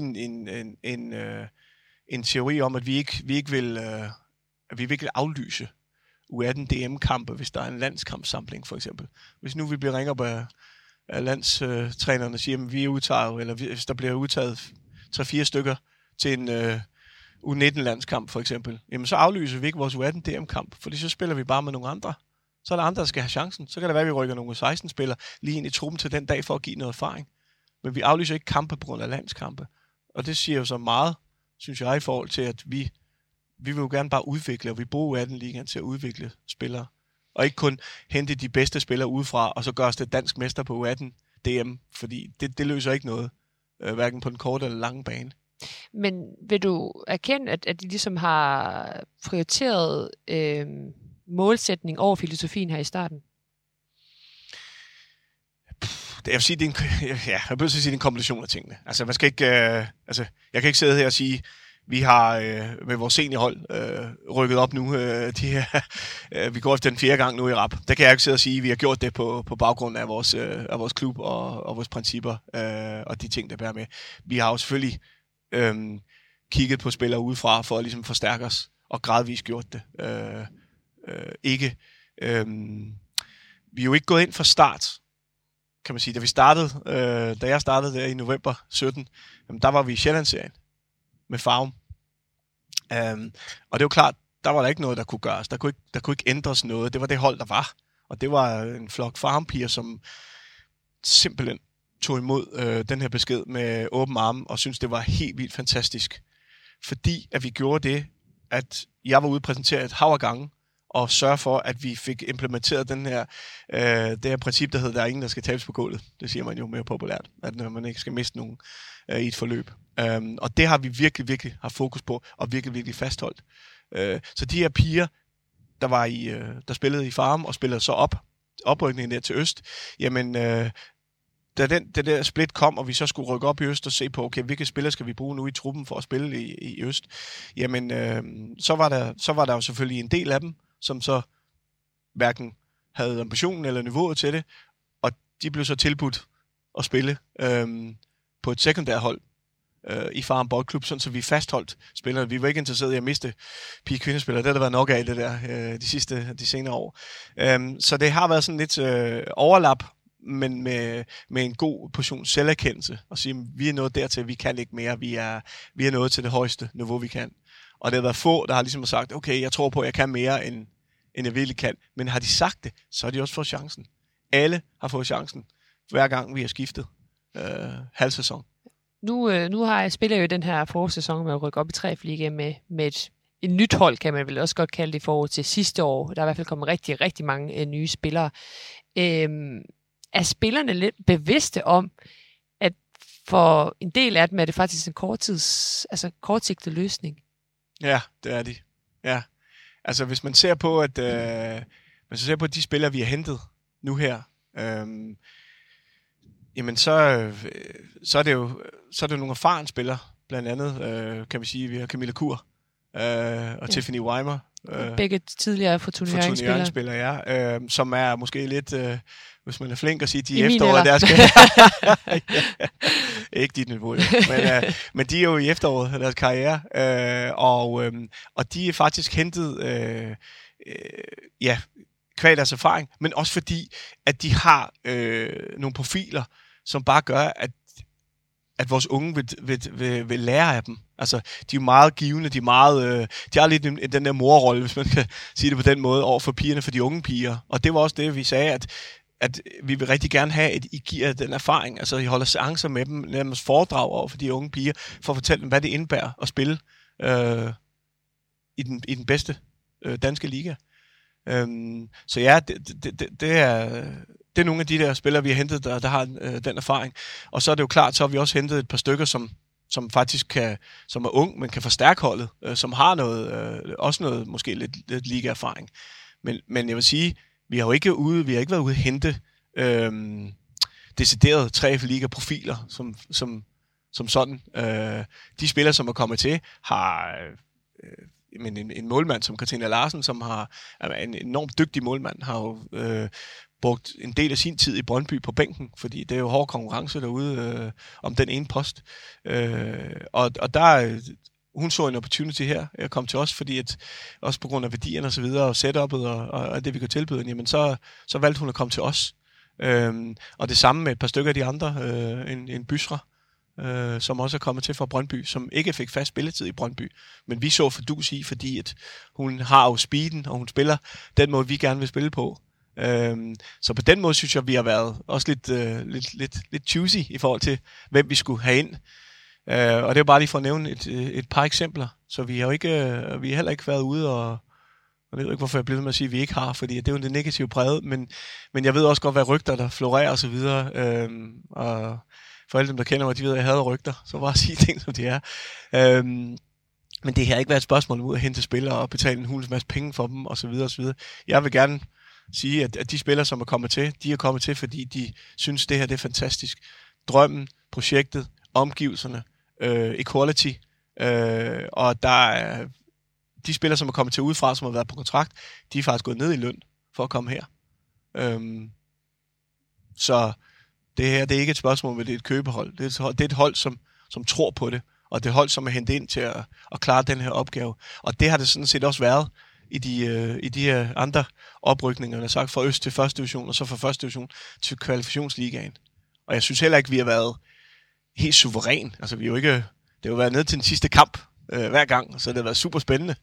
en teori om, at vi ikke vil aflyse U18 DM-kampe, hvis der er en landskampsamling, for eksempel. Hvis nu vi bliver ringet op af landstrænerne og siger, at vi udtager jo, eller hvis der bliver udtaget 3-4 stykker til en U19-landskamp, for eksempel, jamen så aflyser vi ikke vores U18 DM-kamp, fordi så spiller vi bare med nogle andre Så er der andre, der skal have chancen. Så kan det være, at vi rykker nogle 16-spillere lige ind i truppen til den dag for at give noget erfaring. Men vi aflyser ikke kampe på grund af landskampe. Og det siger jo så meget, synes jeg, i forhold til, at vi vil jo gerne bare udvikle, og vi bruger U18-ligaen til at udvikle spillere. Og ikke kun hente de bedste spillere udefra, og så gøre os det dansk mester på U18 DM, fordi det løser ikke noget, hverken på den korte eller lange bane. Men vil du erkende, at de ligesom har prioriteret målsætning over filosofien her i starten? Jeg vil sige, det er en kombination af tingene. Altså, man skal ikke, jeg kan ikke sidde her og sige, vi har med vores seniorhold rykket op nu. Vi går efter den 4. gang nu i rap. Der kan jeg ikke sidde og sige, at vi har gjort det på baggrund af vores klub og vores principper og de ting, der bærer med. Vi har jo selvfølgelig kigget på spillere udefra for at ligesom forstærke os og gradvist gjort det. Vi er jo ikke gået ind fra start, kan man sige. Da jeg startede der i november 17, der var vi i Sjællandsserien med Farum. Og det er jo klart, der var der ikke noget, der kunne gøres. Der kunne ikke ændres noget. Det var det hold, der var. Og det var en flok Farum-piger, som simpelthen tog imod den her besked med åben arme, og synes det var helt vildt fantastisk. Fordi at vi gjorde det, at jeg var ude og præsentere et hav af gange, og sørge for, at vi fik implementeret det her princip, der hedder, der er ingen, der skal tabes på gulvet. Det siger man jo mere populært, at man ikke skal miste nogen i et forløb. Og det har vi virkelig, virkelig haft fokus på, og virkelig, virkelig fastholdt. Så de her piger, der spillede i Farum, og spillede så oprykningen der til øst, jamen, da det der split kom, og vi så skulle rykke op i øst og se på, okay, hvilke spillere skal vi bruge nu i truppen for at spille i øst, jamen, så var der jo selvfølgelig en del af dem, som så hverken havde ambitionen eller niveauet til det, og de blev så tilbudt at spille på et sekundærhold i Farum Boldklub, sådan så vi fastholdt spillere. Vi var ikke interesseret i at miste pige-kvindespillere. Det har der været nok af det der de senere år. Så det har været sådan lidt overlap, men med en god portion selverkendelse, og sige, at vi er nået dertil, vi kan ikke mere, vi er nået til det højeste niveau, vi kan. Og det har været få, der har ligesom sagt, okay, jeg tror på, at jeg kan mere, end jeg virkelig kan. Men har de sagt det, så har de også fået chancen. Alle har fået chancen, hver gang vi har skiftet halv sæson. Nu spiller jeg jo den her forårssæson med at rykke op i 3. liga med et nyt hold, kan man vel også godt kalde det, i forhold til sidste år. Der er i hvert fald kommet rigtig, rigtig mange nye spillere. Er spillerne lidt bevidste om, at for en del af dem er det faktisk en kortsigtet løsning? Ja, det er de. Ja. Altså hvis man ser på, de spillere, vi har hentet nu her, jamen så er det jo nogle erfarne spillere, blandt andet, kan vi sige, vi har Camilla Kur og Tiffany Weimer. Begge tidligere Fortuna-spillere, ja, som er måske lidt, hvis man er flink at sige, de efteråret der skal... Ikke dit niveau, men de er jo i efteråret af deres karriere, og de er faktisk hentet, kvad deres erfaring, men også fordi, at de har nogle profiler, som bare gør, at vores unge vil lære af dem. Altså, de er jo meget givende, de har lidt den der morrolle, hvis man kan sige det på den måde, over for pigerne, for de unge piger. Og det var også det, vi sagde, at vi vil rigtig gerne have, at I giver den erfaring. Altså, I holder seancer med dem, nærmest foredrag over for de unge piger, for at fortælle dem, hvad det indebærer at spille i den bedste danske liga. Så ja, det er nogle af de der spillere, vi har hentet, der har den erfaring. Og så er det jo klart, så har vi også hentet et par stykker, som faktisk som er ung, men kan forstærke holdet, som har også noget måske lidt liga-erfaring. Men jeg vil sige, vi har ikke været ude at hente deciderede 3. liga-profiler som sådan. De spillere, som er kommet til, har en målmand som Katrine Larsen, som er en enormt dygtig målmand, har jo brugt en del af sin tid i Brøndby på bænken, fordi det er jo hård konkurrence derude om den ene post. Og der hun så en opportunity her. Jeg kom til os, fordi at også på grund af værdierne og så videre, og setup'et og det, vi kunne tilbyde, jamen så valgte hun at komme til os. Og det samme med et par stykker af de andre, en Bysra, som også er kommet til fra Brøndby, som ikke fik fast spilletid i Brøndby. Men vi så fordus i, fordi at hun har jo speeden, og hun spiller den måde, vi gerne vil spille på. Så på den måde synes jeg, vi har været også lidt choosy i forhold til, hvem vi skulle have ind. Og det er jo bare lige for at nævne et par eksempler. Så vi har jo ikke, vi har heller ikke været ude og jeg ved ikke, hvorfor jeg bliver med at sige, at vi ikke har, fordi det er jo det negative præget, men jeg ved også godt, hvad rygter, der florerer og så videre. Og for alle dem, der kender mig, de ved, at jeg hader rygter, så bare sige ting, som de er. Men det har ikke været et spørgsmål om at hente spillere og betale en hulens masse penge for dem, og så videre og så videre. Jeg vil gerne sige, at de spillere, som er kommet til, de er kommet til, fordi de synes, det her det er fantastisk. Drømmen, projektet, omgivelserne, equality, og der er de spillere, som er kommet til udefra, som har været på kontrakt, de er faktisk gået ned i løn for at komme her. Så det her, det er ikke et spørgsmål, men det er et købehold. Det er et hold, som tror på det, og det er hold, som er hentet ind til at klare den her opgave. Og det har det sådan set også været i de andre oprykninger, sagt fra øst til første division, og så fra første division til kvalifikationsligaen. Og jeg synes heller ikke, vi har været helt suveræn. Altså, vi er jo ikke, det har jo været ned til den sidste kamp hver gang, så det har været super spændende.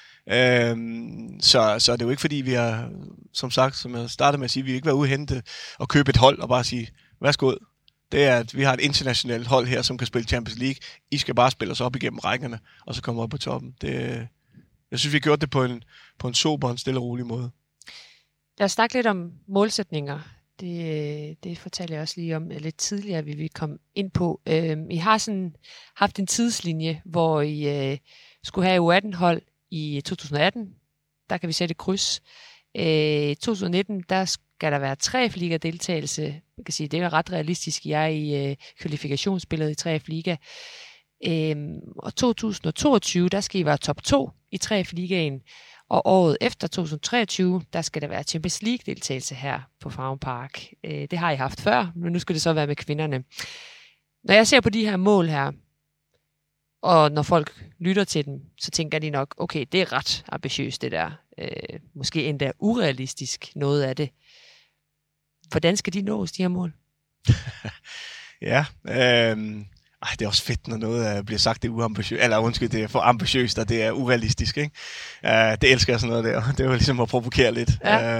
Så det er jo ikke fordi, vi har, som sagt, som jeg startede med at sige, vi har ikke været ude at hente og købe et hold og bare sige, værsgo. Det er, at vi har et internationalt hold her, som kan spille Champions League. I skal bare spille os op igennem rækkerne, og så komme op på toppen. Jeg synes, vi har gjort det på en sober og en stille og rolig måde. Lad os snakke lidt om målsætninger. Det fortalte jeg også lige om lidt tidligere, vi vil komme ind på. I har sådan haft en tidslinje, hvor I skulle have U18-hold i 2018. Der kan vi sætte et kryds. I 2019, der skal der være 3 Liga-deltagelse. Jeg kan sige, det er ret realistisk. Jeg er i kvalifikationsspillet i 3 Liga. Og 2022, der skal I være top 2 i 3 Ligaen. Og året efter 2023, der skal der være Champions League-deltagelse her på Farum Park. Det har I haft før, men nu skal det så være med kvinderne. Når jeg ser på de her mål her, og når folk lytter til dem, så tænker de nok, okay, det er ret ambitiøst det der. Måske endda urealistisk noget af det. Hvordan skal de nås, de her mål? Ja, det er også fedt, når noget bliver sagt, det er uambitiøst, eller undskyld, det er for ambitiøst, og det er urealistisk, ikke? Det elsker jeg sådan noget der. Det er jo ligesom at provokere lidt.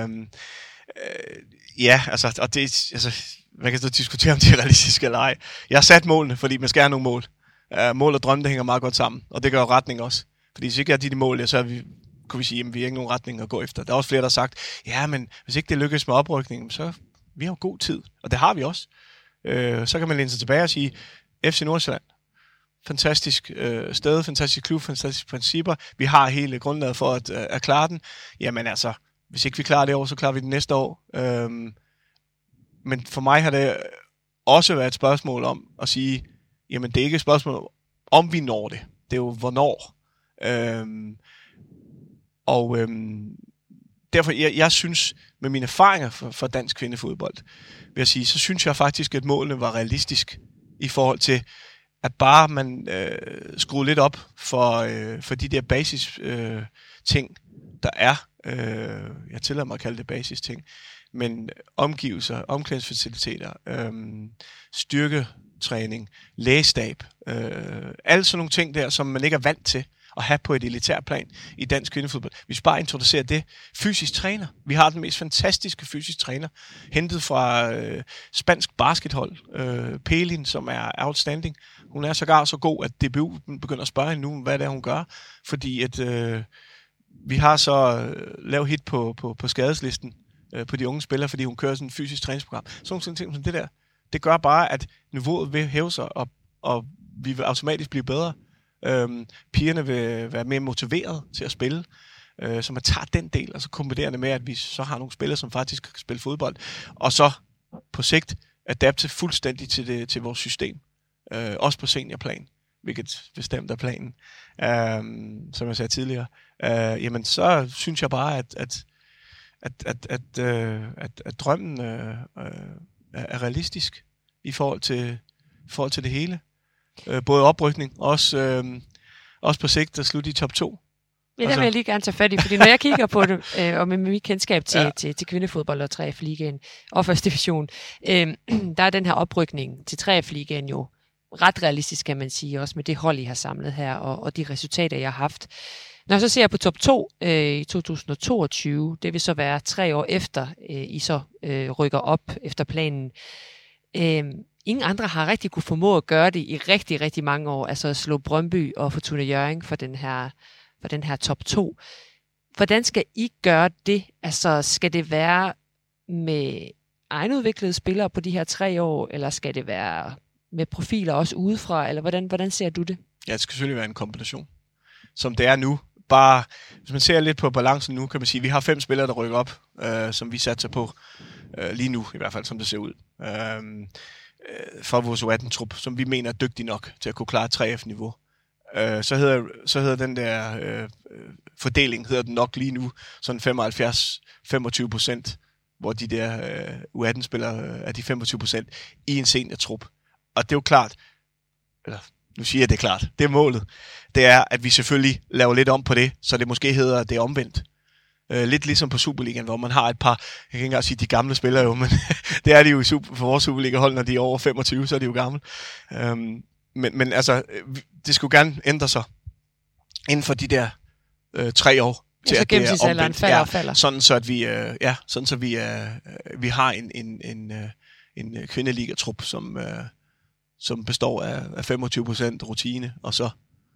Ja, altså, og det, altså, man kan så diskutere, om det er realistisk eller ej. Jeg har sat målene, fordi man skal have nogle mål. Mål og drømme, det hænger meget godt sammen, og det gør retning også. Fordi hvis ikke er de mål, så kunne vi sige, at vi har ikke nogen retning at gå efter. Der er også flere, der har sagt, ja, men hvis ikke det lykkes med oprykningen, så vi har jo god tid, og det har vi også. Så kan man læne sig tilbage og sige, FC Nordsjælland, fantastisk sted, fantastisk klub, fantastiske principper. Vi har hele grundlaget for at klare den. Jamen altså, hvis ikke vi klarer det år, så klarer vi det næste år. Men for mig har det også været et spørgsmål om at sige, jamen det er ikke et spørgsmål om vi når det. Det er jo hvornår. Derfor, jeg synes, med mine erfaringer for dansk kvindefodbold, vil jeg sige, så synes jeg faktisk, at målene var realistisk i forhold til, at bare man skruer lidt op for de der basis ting, der er. Jeg tillader mig at kalde det basis ting. Men omgivelser, omklædningsfaciliteter, styrketræning, lægestab, alle sådan nogle ting der, som man ikke er vant til at have på et elitært plan i dansk kvindefodbold. Vi skal bare introducere det. Fysisk træner. Vi har den mest fantastiske fysisk træner, hentet fra spansk baskethold. Pelin, som er outstanding. Hun er sågar så god, at DBU begynder at spørge hende nu, hvad det er, hun gør. Fordi at vi har så lavet hit på skadeslisten på de unge spillere, fordi hun kører sådan et fysisk træningsprogram. Sådan ting som det der. Det gør bare, at niveauet vil hæve sig, og vi vil automatisk blive bedre. Pigerne vil være mere motiveret til at spille, så man tager den del, og så kombinerer det med, at vi så har nogle spillere, som faktisk kan spille fodbold, og så på sigt adapte fuldstændig til vores system, også på seniorplan, hvilket bestemt er planen, som jeg sagde tidligere. Jamen så synes jeg bare, at drømmen er realistisk i forhold til det hele. Både oprykning, også på sigt at slutte i top 2. Ja, det vil jeg lige gerne tage fat i, fordi når jeg kigger på det, og med mit kendskab til kvindefodbold og 3F Ligaen og første division, der er den her oprykning til 3F Ligaen jo ret realistisk, kan man sige, også med det hold, I har samlet her, og de resultater, jeg har haft. Når jeg så ser jeg på top 2 i 2022, det vil så være 3 år efter, I så rykker op efter planen. Ingen andre har rigtig kunne formå at gøre det i rigtig, rigtig mange år, altså at slå Brøndby og Fortuna Hjørring for den her top 2. Hvordan skal I gøre det? Altså, skal det være med egenudviklede spillere på de her 3 år, eller skal det være med profiler også udefra, eller hvordan ser du det? Ja, det skal selvfølgelig være en kombination. Som det er nu. Bare, hvis man ser lidt på balancen nu, kan man sige, at vi har 5 spillere, der rykker op, som vi satser på lige nu, i hvert fald som det ser ud. For vores U18-trup, som vi mener er dygtig nok til at kunne klare 3F-niveau. Så hedder den der fordeling, hedder den nok lige nu, sådan 75-25%, hvor de der U18-spillere er de 25% i en seniortrup. Og det er jo klart, eller nu siger jeg det klart, det er målet, det er, at vi selvfølgelig laver lidt om på det, så det måske hedder, at det er omvendt. Lidt ligesom på Superligaen, hvor man har et par, jeg kan ikke engang sige de gamle spillere jo, men det er de jo for vores Superliga-hold, når de er over 25, så er de jo gamle. Men altså, det skulle gerne ændre sig inden for de der 3 år. Til at det er omvendt. Falder. Sådan så at vi har en kvindeligatrup, som består af 25% rutine, og så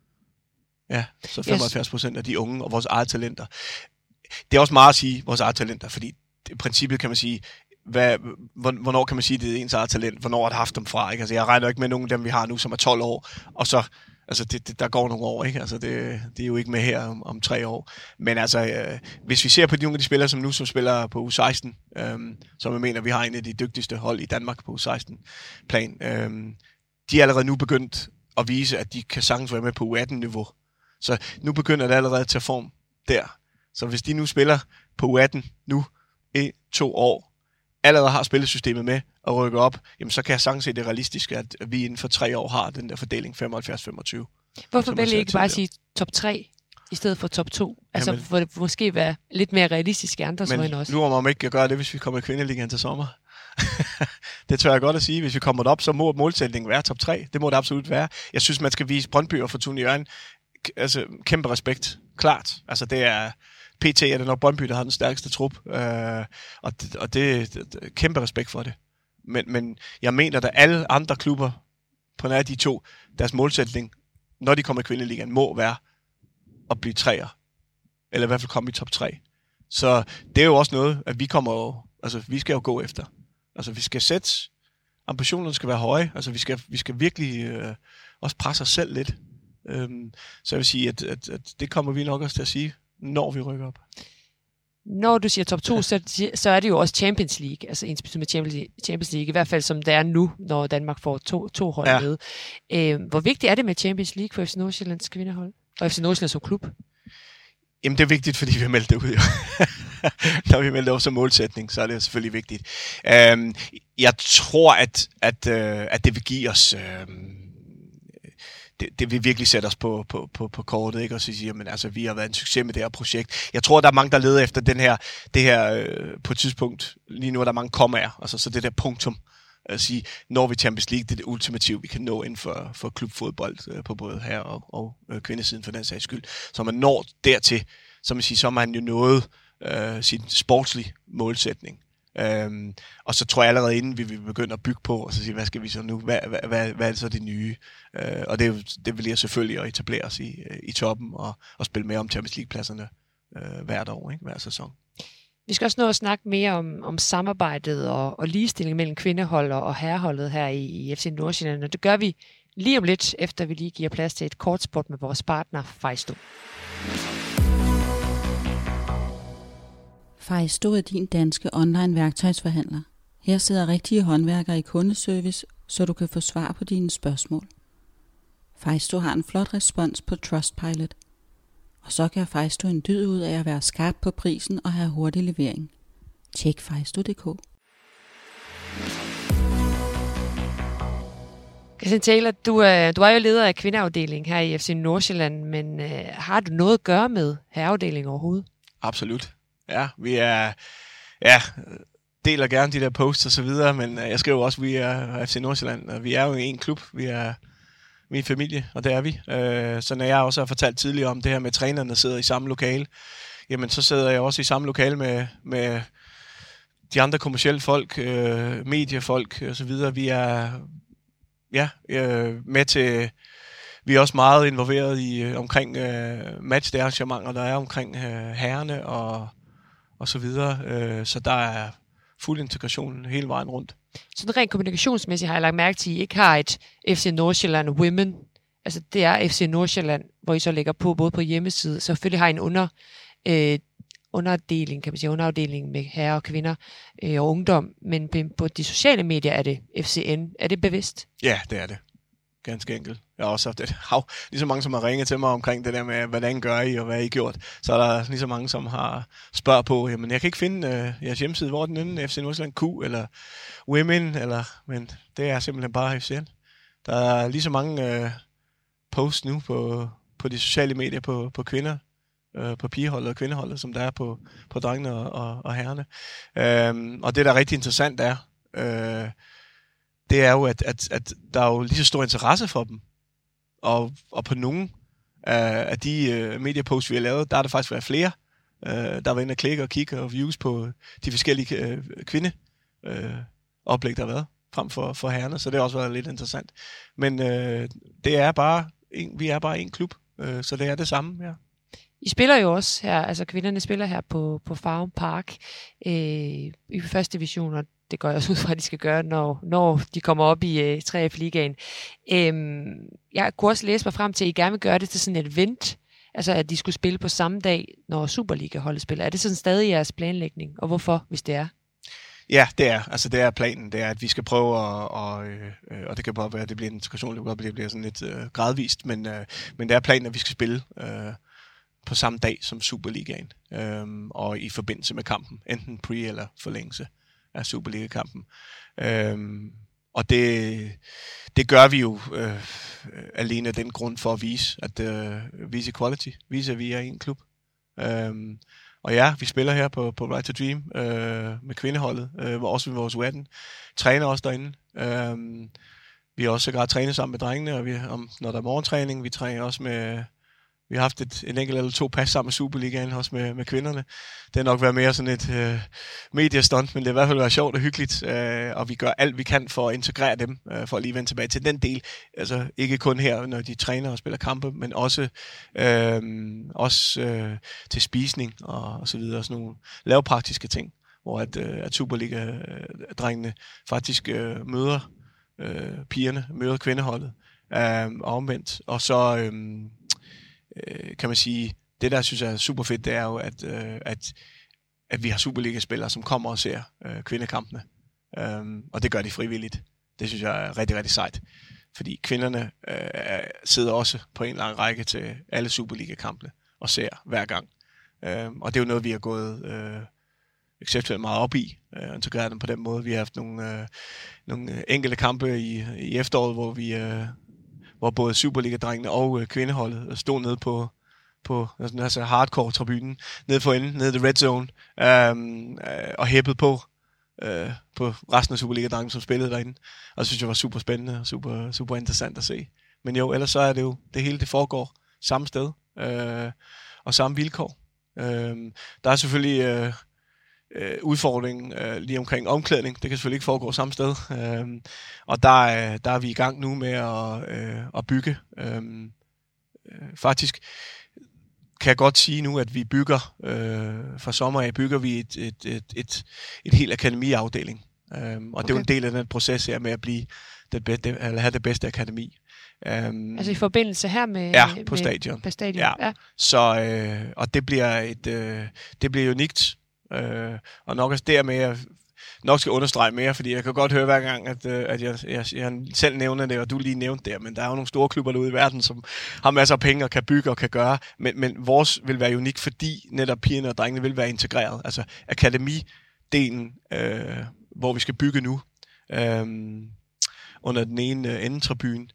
75% af de unge og vores eget talenter. Det er også meget at sige, vores eget talenter, fordi i princippet kan man sige, hvornår kan man sige, det er ens eget talent, hvornår har det haft dem fra, ikke? Altså, jeg regner ikke med nogen af dem, vi har nu, som er 12 år, og så, altså, der går nogle år, ikke? Altså, det er jo ikke med her om 3 år. Men altså, hvis vi ser på de unge, de spillere, som spiller på U16, som jeg mener, vi har en af de dygtigste hold i Danmark på U16-plan, de er allerede nu begyndt at vise, at de kan sagtens være med på U18-niveau. Så nu begynder det allerede at tage form der. Så hvis de nu spiller på U18 nu i 2 år, allerede har spillesystemet med og rykker op, jamen så kan jeg sagtens se det realistiske, at vi inden for 3 år har den der fordeling 75-25. Hvorfor vælger I ikke bare at sige top 3 i stedet for top 2? Altså, jamen, for det måske være lidt mere realistisk i andres øjne også. Men nu må ikke gøre det, hvis vi kommer i kvindeligaen til sommer. Det tør jeg godt at sige. Hvis vi kommer op, så må målsætningen være top 3. Det må det absolut være. Jeg synes, man skal vise Brøndby og Fortuna Hjørring kæmpe respekt. Klart. Altså, det er PT er det nok Brøndby, der har den stærkeste trup. Og det er kæmpe respekt for det. Men jeg mener, at alle andre klubber på nær de 2, deres målsætning, når de kommer i kvindeligaen, må være at blive 3'er. Eller i hvert fald komme i top 3. Så det er jo også noget, at vi skal jo gå efter. Altså, vi skal sætte, ambitionerne skal være høje. Altså, vi skal virkelig også presse os selv lidt. Så jeg vil sige, at det kommer vi nok også til at sige, når vi rykker op. Når du siger top 2, så er det jo også Champions League, altså ens med Champions League, i hvert fald som det er nu, når Danmark får to hold med. Hvor vigtigt er det med Champions League for FC Nordsjællands kvindehold, og FC Nordsjælland som klub? Jamen, det er vigtigt, fordi vi har meldt det ud. Når vi melder det som målsætning, så er det selvfølgelig vigtigt. Jeg tror, at det vil give os... Det vil virkelig sætte os på kortet, ikke? Og så sige, men altså, vi har været en succes med det her projekt. Jeg tror, der er mange, der leder efter det her på et tidspunkt. Lige nu er der mange kommaer, altså så det der punktum. At sige, når vi Champions League, det er det ultimative, vi kan nå inden for klubfodbold på både her og kvindesiden for den sags skyld. Så man når dertil, så har man jo nået sin sportslige målsætning. Og så tror jeg allerede inden vi vil begynde at bygge på og så sige, hvad skal vi så nu, hvad er det så det nye, og det vil jeg selvfølgelig at etablere os i toppen og spille med om Champions League-pladserne hvert år, ikke? Hver sæson. Vi skal også nå at snakke mere om samarbejdet og ligestilling mellem kvindehold og herreholdet her i FC Nordsjælland, og det gør vi lige om lidt, efter vi lige giver plads til et kort spot med vores partner Fejsto. Fejsto er din danske online værktøjsforhandler. Her sidder rigtige håndværkere i kundeservice, så du kan få svar på dine spørgsmål. Fejsto har en flot respons på Trustpilot. Og så kan Fejsto en dyd ud af at være skarp på prisen og have hurtig levering. Tjek fejsto.dk. Christian Taylor, du er jo leder af kvindeafdelingen her i FC Nordsjælland, men har du noget at gøre med herreafdelingen overhovedet? Absolut. Ja, vi er... deler gerne de der posts og så videre, men jeg skriver også, at vi er FC Nordsjælland, og vi er jo en klub. Vi er min familie, og det er vi. Så når jeg også har fortalt tidligere om det her med trænerne sidder i samme lokale, jamen så sidder jeg også i samme lokale med de andre kommercielle folk, mediefolk og så videre. Vi er med til. Vi er også meget involveret i omkring matchday-arrangementer, der er omkring herrerne og så videre. Så der er fuld integration hele vejen rundt. Sådan rent kommunikationsmæssigt har jeg lagt mærke til, at I ikke har et FC Nordsjælland Women. Altså det er FC Nordsjælland, hvor I så lægger på både på hjemmeside. Så selvfølgelig har I en underafdeling, kan man sige, underafdeling med herrer og kvinder og ungdom. Men på de sociale medier er det FCN. Er det bevidst? Ja, det er det. Ganske enkelt. Jeg har også haft lige så mange, som har ringet til mig omkring det der med, hvordan gør I, og hvad har I gjort. Så er der lige så mange, som har spørget på, jamen jeg kan ikke finde jeres hjemmeside, hvor er den inde, FC Nordsjælland Q, eller Women, men det er simpelthen bare FCN. Der er lige så mange posts nu på de sociale medier på kvinder, på pigeholdet og kvindeholdet, som der er på drengene og herrerne. Og det, der er rigtig interessant, det er jo, at der er jo lige så stor interesse for dem. Og på nogle af de medieposts, vi har lavet, der har der faktisk været flere, der var inde og klikke og kigge og views på de forskellige oplæg, der har været, frem for herrerne. Så det har også været lidt interessant. Men vi er bare en klub, så det er det samme, ja. I spiller jo også her, altså kvinderne spiller her på Farum Park i første division, og det går jeg også ud fra, at de skal gøre, når de kommer op i 3F-ligaen. Jeg kunne også læse mig frem til, at I gerne vil gøre det til sådan et event, altså at de skulle spille på samme dag, når Superliga-holdet spiller. Er det sådan stadig jeres planlægning, og hvorfor, hvis det er? Ja, det er. Altså det er planen. Det er, at vi skal prøve og det kan bare være, at det bliver en integration, det kan godt blive, det bliver sådan lidt gradvist, men det er planen, at vi skal spille på samme dag som Superligaen, og i forbindelse med kampen, enten pre- eller forlængelse af Superliga-kampen. Og det gør vi jo alene af den grund for at vise quality, vise, at vi er en klub. Og ja, vi spiller her på Right to Dream med kvindeholdet, også med vores U18. Træner også derinde. Vi har også sågar trænet sammen med drengene, og når der er morgentræning, vi træner også med. Vi har haft en enkelt eller to pas sammen med Superligaen, også med kvinderne. Det har nok været mere sådan et mediestunt, men det har i hvert fald været sjovt og hyggeligt, og vi gør alt, vi kan for at integrere dem, for at lige vende tilbage til den del. Altså ikke kun her, når de træner og spiller kampe, men også til spisning og så videre, sådan nogle lavpraktiske ting, hvor at Superliga-drengene faktisk møder pigerne, møder kvindeholdet, og omvendt. Og så kan man sige, det der synes jeg er super fedt, det er jo, at vi har Superliga-spillere, som kommer og ser kvindekampene. Og det gør de frivilligt. Det synes jeg er rigtig, rigtig sejt. Fordi kvinderne sidder også på en lang række til alle Superliga-kampene og ser hver gang. Og det er jo noget, vi har gået exceptionelt meget op i, og integreret dem på den måde. Vi har haft nogle enkelte kampe i efteråret, hvor både Superliga-drengene og kvindeholdet stod nede på altså hardcore-tribunen, nede for enden, nede i the red zone, og hæppede på resten af Superliga-drengene, som spillede derinde. Og det synes jeg var super spændende og super, super interessant at se. Men jo, ellers så er det jo, det hele det foregår samme sted, og samme vilkår. Der er selvfølgelig udfordringen lige omkring omklædning. Det kan selvfølgelig ikke foregå samme sted. Og der er vi i gang nu med at bygge. Faktisk kan jeg godt sige nu, at vi bygger fra sommer af bygger vi et helt akademiafdeling. Og det er jo en del af den proces her med at blive have det bedste akademi. Altså i forbindelse her med på stadion. På stadion. Ja. Så og det bliver unikt. Og nok også dermed jeg nok skal understrege mere, fordi jeg kan godt høre hver gang, at jeg selv nævner det, og du lige nævnte det, men der er jo nogle store klubber derude i verden, som har masser af penge og kan bygge og kan gøre, men vores vil være unik, fordi netop pigerne og drengene vil være integreret. Altså akademidelen, hvor vi skal bygge nu, under den ene endetribune,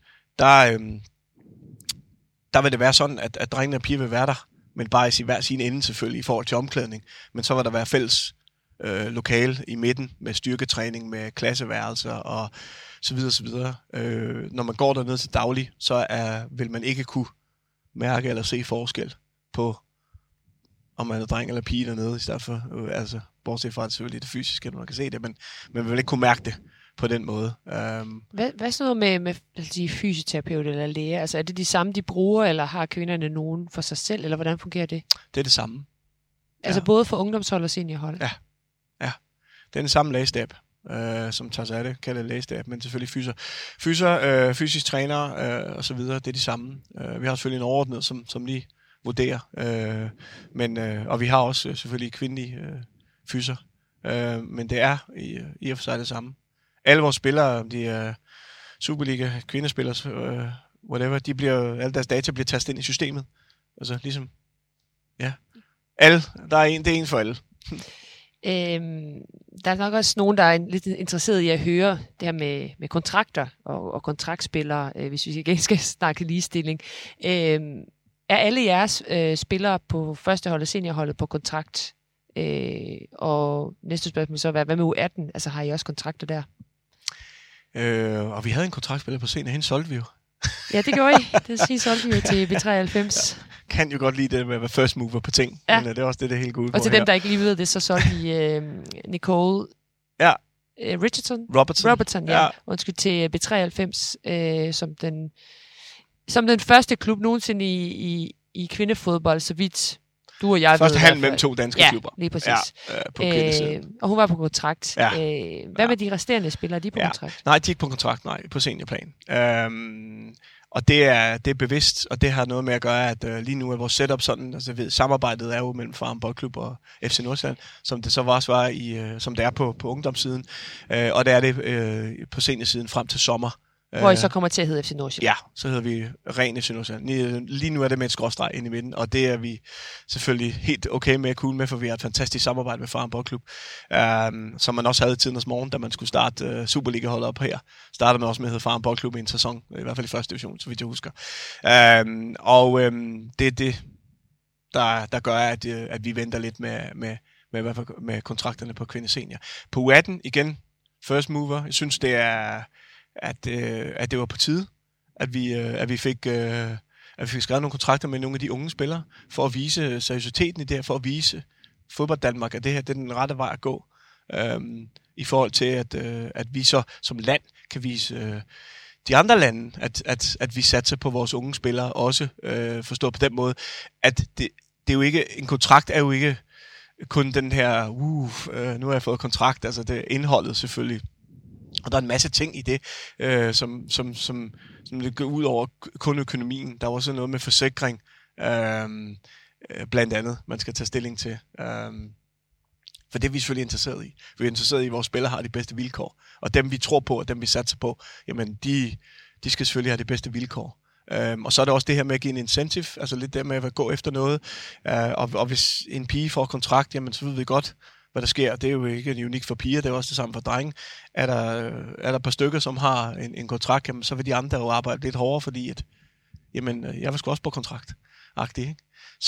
der vil det være sådan, at drengene og piger vil være der, men bare i hver sin ende selvfølgelig i forhold til omklædning. Men så vil der være fælles lokale i midten med styrketræning, med klasseværelser og så videre, så videre. Når man går derned til daglig, så vil man ikke kunne mærke eller se forskel på, om man er dreng eller pige dernede, i stedet for, altså, bortset fra det selvfølgelig det fysiske, når man kan se det, men man vil ikke kunne mærke det på den måde. Hvad så noget med fysioterapeut eller læge? Altså er det de samme, de bruger, eller har kvinderne nogen for sig selv, eller hvordan fungerer det? Det er det samme. Altså både for ungdomshold og seniorhold? Ja. Det er den samme lægestab, som tager sig af det, kalder det lægestab, men selvfølgelig fysisk træner og så videre, det er de samme. Vi har selvfølgelig en overordnet, som lige vurderer, og vi har også selvfølgelig kvindelige fyser, men det er i og for sig det samme. Alle vores spillere, om de er Superliga, kvindespillere, whatever, alle deres data bliver tastet ind i systemet. Altså ligesom, ja. Alle, det er en for alle. Der er nok også nogen, der er lidt interesseret i at høre det her med kontrakter og kontraktspillere, hvis vi igen skal snakke ligestilling. Er alle jeres spillere på førsteholdet og seniorholdet på kontrakt? Og næste spørgsmål så, hvad med U18? Altså har I også kontrakter der? Og vi havde en kontraktspiller på scenen, hende solgte vi jo. Ja, det gjorde I. Det solgte vi jo til B93. Kan jo godt lide det med at være first mover på ting, men det er også det hele går ud på. Og til dem, der ikke lige ved det, så solgte vi Nicole Robertson, ja. Undskyld, til B93 som den første klub nogensinde i kvindefodbold, så vidt du og jeg første handel mellem 2 danske klubber. Lige præcis. Ja, på kvindesiden. Og hun var på kontrakt. Ja. Hvad med de resterende spillere? De på kontrakt? Nej, de er ikke på kontrakt, på seniorplan. Og det er bevidst, og det har noget med at gøre, at lige nu er vores setup sådan, altså samarbejdet er jo mellem Farum Boldklub og FC Nordsjælland, som det så også var som det er på ungdomssiden, og det er det på seniorsiden frem til sommer. Hvor I så kommer til at hedde FC Nordsjælland. Ja, så hedder vi ren FC Nordsjælland. Lige nu er det med et skråstreg ind i midten, og det er vi selvfølgelig helt okay med, cool med, for vi har et fantastisk samarbejde med Farum Boldklub, som man også havde i tidens morgen, da man skulle starte Superliga-holdet op her. Startede man også med at hedde Farum Boldklub i en sæson, i hvert fald i første division, så vidt jeg husker. Det er det, der gør, at vi venter lidt med kontrakterne på kvindesenior. På U18 igen, first mover. Jeg synes, det er at det var på tide, at vi fik skrevet nogle kontrakter med nogle af de unge spillere, for at vise seriøsiteten i det her, for at vise fodbold Danmark, at det her det er den rette vej at gå, i forhold til, at vi så som land kan vise de andre lande, at vi satser på vores unge spillere, også forstået på den måde, at det er jo ikke, en kontrakt er jo ikke kun den her, nu har jeg fået kontrakt, altså det er indholdet selvfølgelig. Og der er en masse ting i det, som det går ud over kun økonomien. Der er også noget med forsikring, blandt andet, man skal tage stilling til. For det er vi selvfølgelig interesseret i. Vi er interesseret i, at vores spillere har de bedste vilkår. Og dem vi tror på, og dem vi satser på, jamen de skal selvfølgelig have de bedste vilkår. Og så er det også det her med at give en incentive, altså lidt der med at gå efter noget. Og hvis en pige får kontrakt, jamen så ved vi godt, hvad der sker. Det er jo ikke unikt for piger, det er også det samme for drenge. Er der et par stykker, som har en kontrakt, jamen, så vil de andre jo arbejde lidt hårdere, fordi at, jamen, jeg vil sgu også på kontrakt-agtigt, ikke?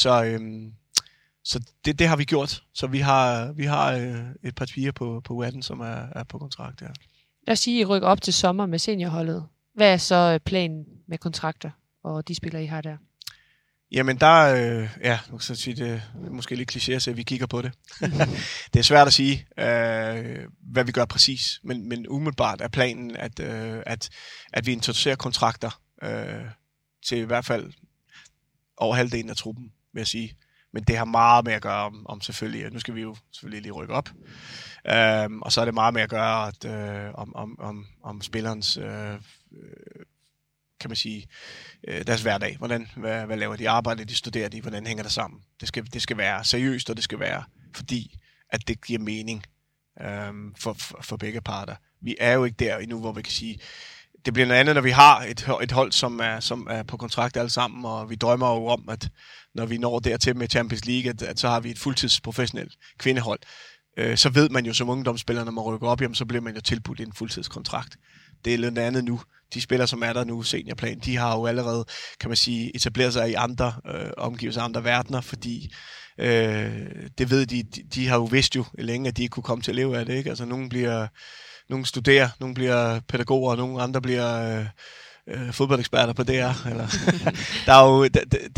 Så det har vi gjort. Så vi har et par piger på U18, som er på kontrakt, ja. Lad os sige, I rykker op til sommer med seniorholdet. Hvad er så planen med kontrakter og de spillere, I har der? Jamen nu kan jeg sige, det er måske lidt kliché at sige, at vi kigger på det. Det er svært at sige, hvad vi gør præcis, men umiddelbart er planen, at vi introducerer kontrakter til i hvert fald over halvdelen af truppen, vil jeg sige. Men det har meget med at gøre om selvfølgelig, nu skal vi jo selvfølgelig lige rykke op, og så er det meget med at gøre om spillerens kan man sige, deres hverdag. Hvad laver de? Arbejder de? Studerer de? Hvordan hænger det sammen? Det skal være seriøst, og det skal være, fordi at det giver mening for begge parter. Vi er jo ikke der endnu, hvor vi kan sige, det bliver noget andet, når vi har et hold, som er på kontrakt alle sammen, og vi drømmer jo om, at når vi når dertil med Champions League, at så har vi et fuldtidsprofessionelt kvindehold. Så ved man jo som ungdomsspiller, når man rykker op, jamen, så bliver man jo tilbudt en fuldtidskontrakt. Det er lidt andet nu. De spillere, som er der nu, seniorplan, de har jo allerede, kan man sige, etableret sig i andre omgivelser, andre verdener, fordi det ved de har jo vidst jo længe, at de ikke kunne komme til at leve af det, ikke? Altså, nogen bliver nogle studerer, nogle bliver pædagoger, og nogle andre bliver fodboldeksperter på DR. Eller, der er jo,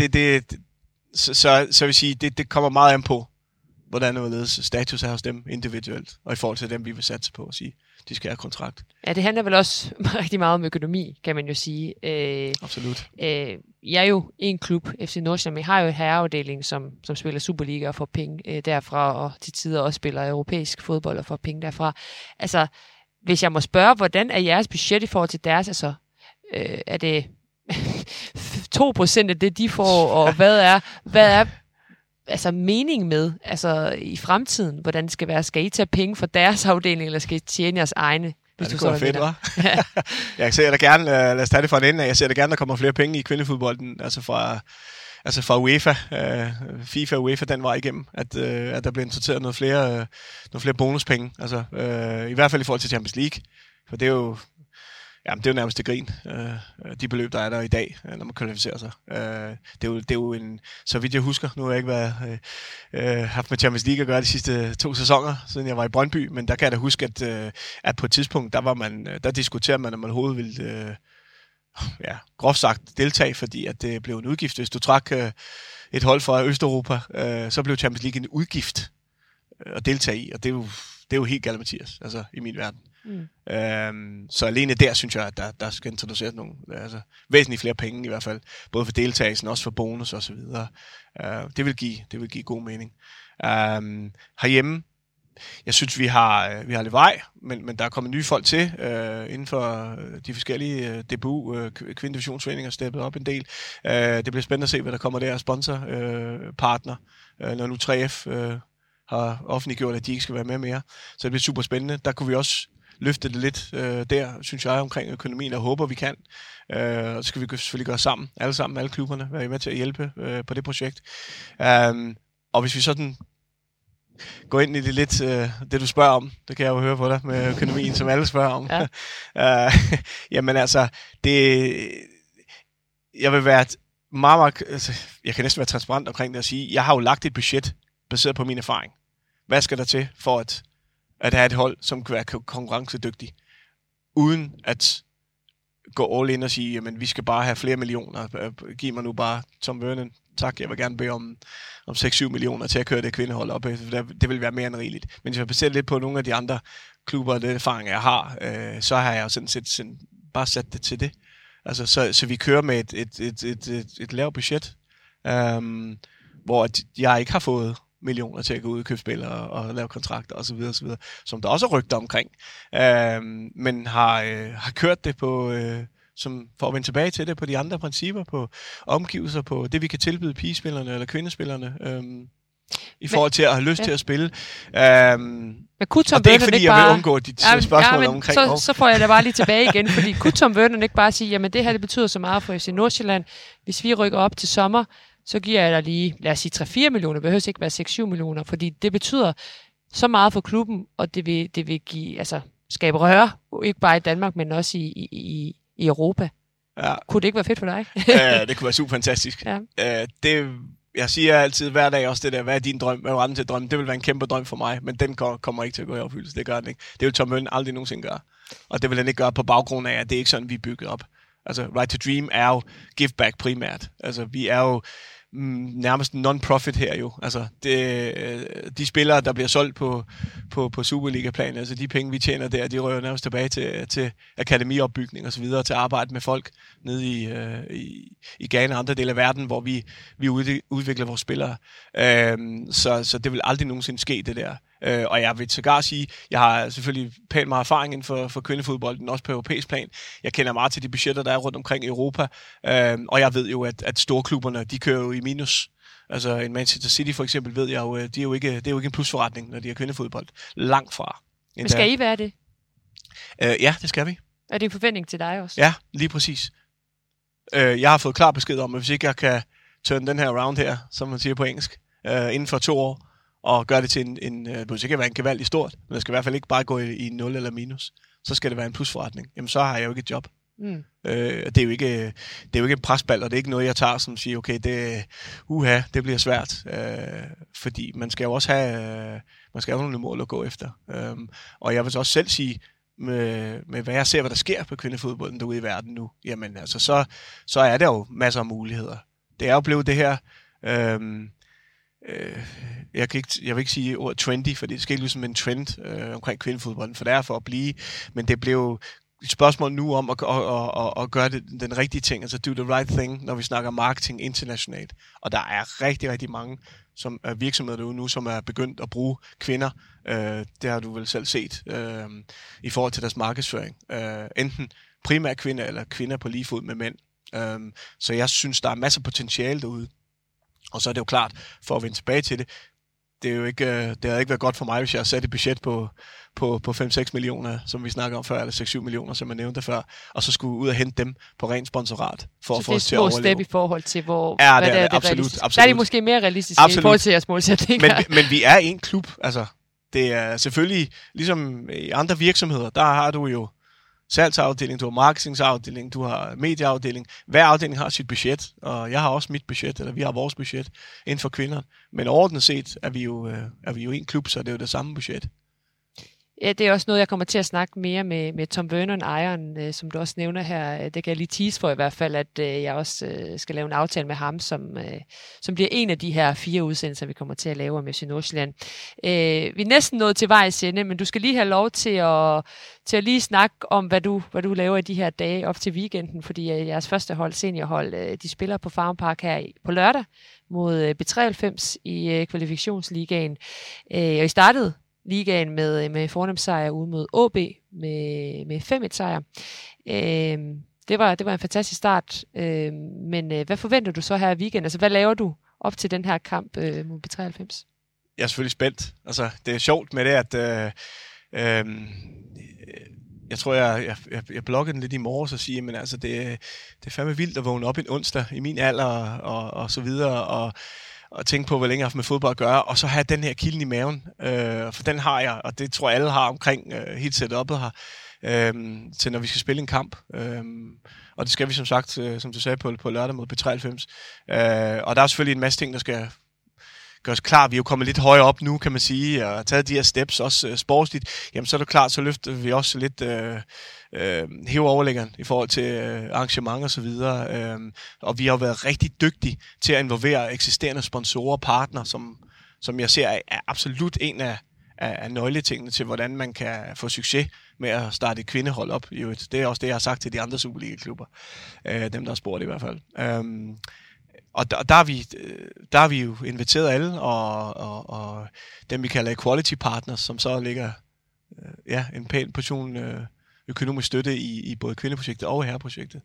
så vil sige, det kommer meget an på, hvordan status er hos dem individuelt, og i forhold til dem, vi vil satse på at sige, de skal have kontrakt. Ja, det handler vel også rigtig meget om økonomi, kan man jo sige. Absolut. Jeg er jo en klub, FC Nordsjælland, men jeg har jo en herreafdeling, som spiller Superliga og får penge derfra, og til tider også spiller europæisk fodbold og får penge derfra. Altså, hvis jeg må spørge, hvordan er jeres budget i forhold til deres? Altså, er det 2% af det, de får, og hvad er altså mening med, altså i fremtiden, hvordan det skal være? Skal I tage penge fra deres afdeling, eller skal I tjene jeres egne? Ja, det kunne fedt, hva'? Jeg ser da gerne, lad os tage det fra en ende af, jeg ser da gerne, der kommer flere penge i kvindefodbolden, altså fra UEFA, FIFA og UEFA den vej igennem, at der bliver introduceret noget flere bonuspenge, altså i hvert fald i forhold til Champions League, for det er jo nærmest det grin, de beløb, der er der i dag, når man kvalificerer sig. Det er jo en, så vidt jeg husker, nu har jeg ikke haft med Champions League at gøre de sidste 2 sæsoner, siden jeg var i Brøndby, men der kan jeg da huske, at på et tidspunkt, der diskuterede man, om man overhovedet ville, groft sagt, deltage, fordi at det blev en udgift. Hvis du trak et hold fra Østeuropa, så blev Champions League en udgift at deltage i, og det er jo helt galt, Mathias, altså i min verden. Så alene der synes jeg, at der skal introduceres nogle væsentligt flere penge i hvert fald, både for deltagelsen, også for bonus og så videre. Det vil give god mening. Herhjemme, jeg synes vi har lidt vej, men der er kommet nye folk til inden for de forskellige DBU kvindedivisionsforeninger steppet op en del. Det bliver spændende at se, hvad der kommer der sponsorpartner, når nu 3F har offentliggjort, at de ikke skal være med mere. Så det bliver super spændende. Der kunne vi også løfte det lidt der, synes jeg, omkring økonomien, og håber, vi kan. Og så skal vi selvfølgelig gøre sammen, alle klubberne, være med til at hjælpe på det projekt. Og hvis vi sådan går ind i det lidt, det du spørger om, det kan jeg jo høre på dig, med økonomien, som alle spørger om. Ja. Jamen altså, jeg vil være meget, jeg kan næsten være transparent omkring det og sige, jeg har jo lagt et budget, baseret på min erfaring. Hvad skal der til for at have et hold, som kan være konkurrencedygtig, uden at gå all in og sige, jamen vi skal bare have flere millioner. Giv mig nu bare Tom Vernon. Tak, jeg vil gerne bede om 6-7 millioner til at køre det kvindehold op. Det vil være mere end rigeligt. Men hvis jeg baserer lidt på nogle af de andre klubber og det erfaring, jeg har, så har jeg jo sådan set bare sat det til det. Altså, så vi kører med et lavt budget, hvor jeg ikke har fået millioner til at gå ud og købe spillere og lave kontrakter osv., som der også er rygter omkring. Men har kørt det på, som for at vende tilbage til det, på de andre principper, på omgivelser, på det, vi kan tilbyde pigespillerne eller kvindespillerne, i forhold til at have lyst til at spille. Men kunne Tom og det er ikke, fordi jeg vil undgå dit spørgsmål omkring. Så får jeg da bare lige tilbage igen, fordi kunne Tom Vernon ikke bare sige, jamen det her, det betyder så meget for FC Nordsjælland. Hvis vi rykker op til sommer, så giver jeg dig lige, lad os sige 3-4 millioner, det behøver ikke være 6-7 millioner, fordi det betyder så meget for klubben, og det vil give, altså skabe røre, ikke bare i Danmark, men også i Europa. Ja. Kunne det ikke være fedt for dig? Det kunne være super fantastisk. Ja. Jeg siger altid hver dag også det der, hvad er din drøm, hvad er retten til drøm? Det vil være en kæmpe drøm for mig, men den kommer ikke til at gå i opfyldelse, det gør den ikke. Det vil Tom Møllen aldrig nogensinde gøre. Og det vil han ikke gøre på baggrund af, at det er ikke sådan, vi er bygget op. Altså, Right to Dream er jo give back primært. Altså, vi er jo nærmest non-profit her jo. Altså, de spillere, der bliver solgt på Superliga-plan, altså de penge, vi tjener der, de rører nærmest tilbage til akademiopbygning og så videre, til at arbejde med folk nede i Ghana og andre dele af verden, hvor vi udvikler vores spillere. Så det vil aldrig nogensinde ske, det der. Og jeg vil sågar sige, jeg har selvfølgelig pænt meget erfaring inden for kvindefodbolden, også på europæisk plan. Jeg kender meget til de budgetter, der er rundt omkring i Europa, og jeg ved jo, at storklubberne, de kører jo i minus. Altså en Manchester City for eksempel, ved jeg jo, det er jo ikke en plusforretning, når de har kvindefodbold. Langt fra. Men skal I være det? Ja, det skal vi. Er det en forventning til dig også? Ja, lige præcis. Jeg har fået klar besked om, at hvis ikke jeg kan turn den her round her, som man siger på engelsk, inden for 2 år, og gøre det til det kan ikke være en gevaldig stort, men det skal i hvert fald ikke bare gå i 0 eller minus. Så skal det være en plusforretning. Jamen, så har jeg jo ikke et job. Det er jo ikke en presbald, og det er ikke noget, jeg tager, som siger, okay, det bliver svært. Fordi man skal jo også have nogle mål at gå efter. Og jeg vil så også selv sige, med hvad jeg ser, hvad der sker på kvindefodbolden derude i verden nu, jamen altså, så er der jo masser af muligheder. Det er jo blevet det her, jeg vil ikke sige ordet trendy, for det skal ikke lyde som en trend omkring kvindefodbolden, for det er for at blive, men det blev et spørgsmål nu om at gøre den rigtige ting, altså do the right thing, når vi snakker marketing internationalt. Og der er rigtig, rigtig mange virksomheder derude nu, som er begyndt at bruge kvinder. Det har du vel selv set i forhold til deres markedsføring. Enten primært kvinder eller kvinder på lige fod med mænd. Så jeg synes, der er masser af potentiale derude. Og så er det jo klart, for at vende tilbage til det, det havde ikke været godt for mig, hvis jeg havde sat et budget på 5-6 millioner, som vi snakker om før, eller 6-7 millioner, som jeg nævnte før, og så skulle ud og hente dem på rent sponsorat, for at få os til at overleve. Så det er små step i forhold til, hvad det er absolut. Der er de måske mere realistiske i forhold til jeres målsætninger. Men vi er en klub, altså det er selvfølgelig, ligesom i andre virksomheder, der har du jo salgsafdeling, du har marketingsafdeling, du har medieafdeling. Hver afdeling har sit budget, og jeg har også mit budget, eller vi har vores budget inden for kvinder. Men overordnet set er vi jo en klub, så det er jo det samme budget. Ja, det er også noget, jeg kommer til at snakke mere med Tom Vernon, ejeren, som du også nævner her. Det kan jeg lige tease for i hvert fald, at jeg også skal lave en aftale med ham, som bliver en af de her 4 udsendelser, vi kommer til at lave om FC Nordsjælland. Vi er næsten nået til vejs ende, men du skal lige have lov til at lige snakke om, hvad du laver i de her dage op til weekenden, fordi jeres første hold, seniorhold, de spiller på Farm Park her på lørdag mod B93 i kvalifikationsligaen. Og I startede ligaen med fornem sejr ude mod AB med 5-1 sejr. Det var en fantastisk start, men hvad forventer du så her i weekenden? Altså, hvad laver du op til den her kamp mod B93? Jeg er selvfølgelig spændt. Altså, det er sjovt med det, at jeg tror, jeg bloggede den lidt i morges og siger, men altså, det er fandme vildt at vågne op en onsdag i min alder og så videre, og tænke på, hvor længe jeg har haft med fodbold at gøre, og så have den her kilden i maven, for den har jeg, og det tror jeg alle har omkring helt setup'et her, til når vi skal spille en kamp. Og det skal vi som sagt, som du sagde, på lørdag mod B93. Og der er selvfølgelig en masse ting, der skal gøres klar. Vi er jo kommet lidt højere op nu, kan man sige, og taget de her steps, også sportsligt. Jamen, så er det klart, så løfter vi også lidt hæve overlæggeren i forhold til arrangement og så videre. Og vi har jo været rigtig dygtige til at involvere eksisterende sponsorer og partner, som jeg ser er absolut en af nøgletingene til, hvordan man kan få succes med at starte et kvindehold op. Det er også det, jeg har sagt til de andre Superliga-klubber. Dem, der har spurgt i hvert fald. Og der er vi jo inviteret alle, og dem vi kalder equality partners, som så ligger en pæn portion økonomisk støtte i både kvindeprojektet og herreprojektet.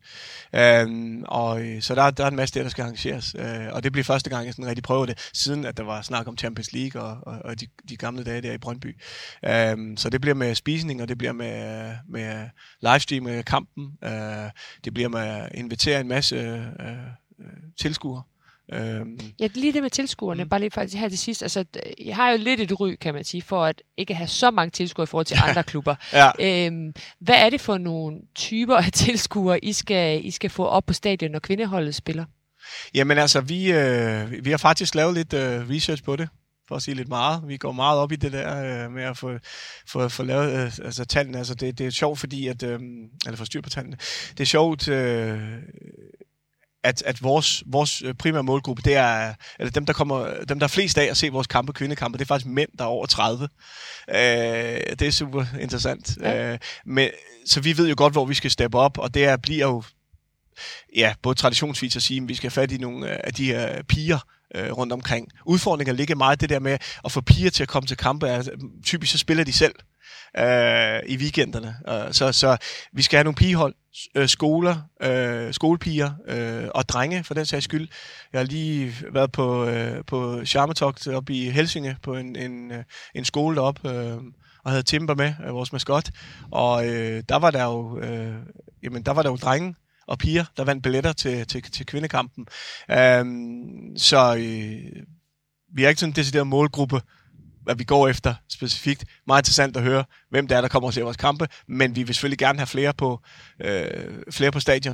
Så der er en masse der skal arrangeres. Og det bliver første gang, jeg sådan rigtig prøver det, siden at der var snak om Champions League og de gamle dage der i Brøndby. Så det bliver med spisning, og det bliver med livestream af kampen. Det bliver med at invitere en masse tilskuere. Ja, lige det med tilskuerne, bare lige faktisk her til sidst. Altså, jeg har jo lidt et ry, kan man sige, for at ikke have så mange tilskuere i forhold til andre klubber. Ja. Hvad er det for nogle typer af tilskuere, I skal få op på stadion, når kvindeholdet spiller? Jamen altså, vi har faktisk lavet lidt research på det, for at sige lidt meget. Vi går meget op i det der med at få lavet tallene. Altså, det er sjovt, fordi eller få styr på tallene. Det er sjovt, at vores primære målgruppe, det er, eller dem der er flest af at se vores kvindekampe, det er faktisk mænd, der er over 30. Det er super interessant. Ja. Så vi ved jo godt, hvor vi skal steppe op, og det bliver jo både traditionsvis at sige, at vi skal have fat i nogle af de her piger rundt omkring. Udfordringer ligger meget det der med at få piger til at komme til kampe. Typisk så spiller de selv i weekenderne. Så vi skal have nogle pigehold, skolepiger og drenge for den sags skyld. Jeg har lige været på charmetogt oppe i Helsinge på en skole deroppe og havde Timber med, vores maskot. Og der var der jo drenge og piger, der vandt billetter til kvindekampen. Så vi er ikke sådan en decideret målgruppe, hvad vi går efter specifikt. Meget interessant at høre, hvem der kommer og ser vores kampe, men vi vil selvfølgelig gerne have flere på stadion.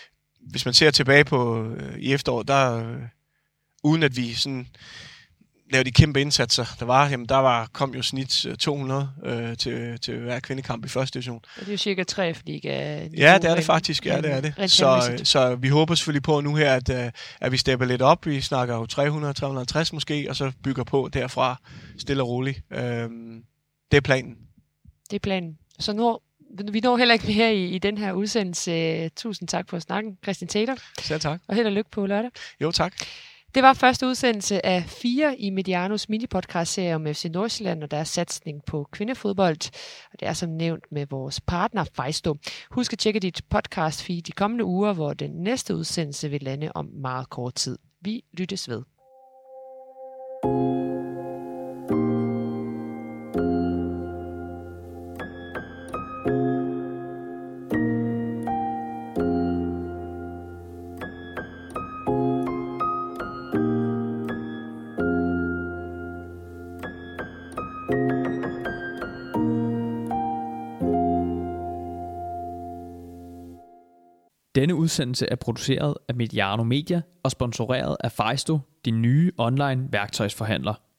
Hvis man ser tilbage på i efteråret, der uden at vi sådan laver de kæmpe indsatser. Kom jo snit 200 til hver kvindekamp i første division. Og det er jo cirka 3 liga. Ja, det er det faktisk. Ja, det er det. Så vi håber selvfølgelig på nu her, at vi stepper lidt op. Vi snakker jo 300-350 måske, og så bygger på derfra stille og roligt. Det er planen. Det er planen. Så vi når heller ikke mere i den her udsendelse. Tusind tak for snakken, Christian Tater. Selv tak. Og held og lykke på lørdag. Jo, tak. Det var første udsendelse af 4 i Medianos mini-podcast-serie om FC Nordsjælland og deres satsning på kvindefodbold. Og det er som nævnt med vores partner Fejsto. Husk at tjekke dit podcast-feed de kommende uger, hvor den næste udsendelse vil lande om meget kort tid. Vi lyttes ved. Denne udsendelse er produceret af Mediano Media og sponsoreret af Fejsto, din nye online værktøjsforhandler.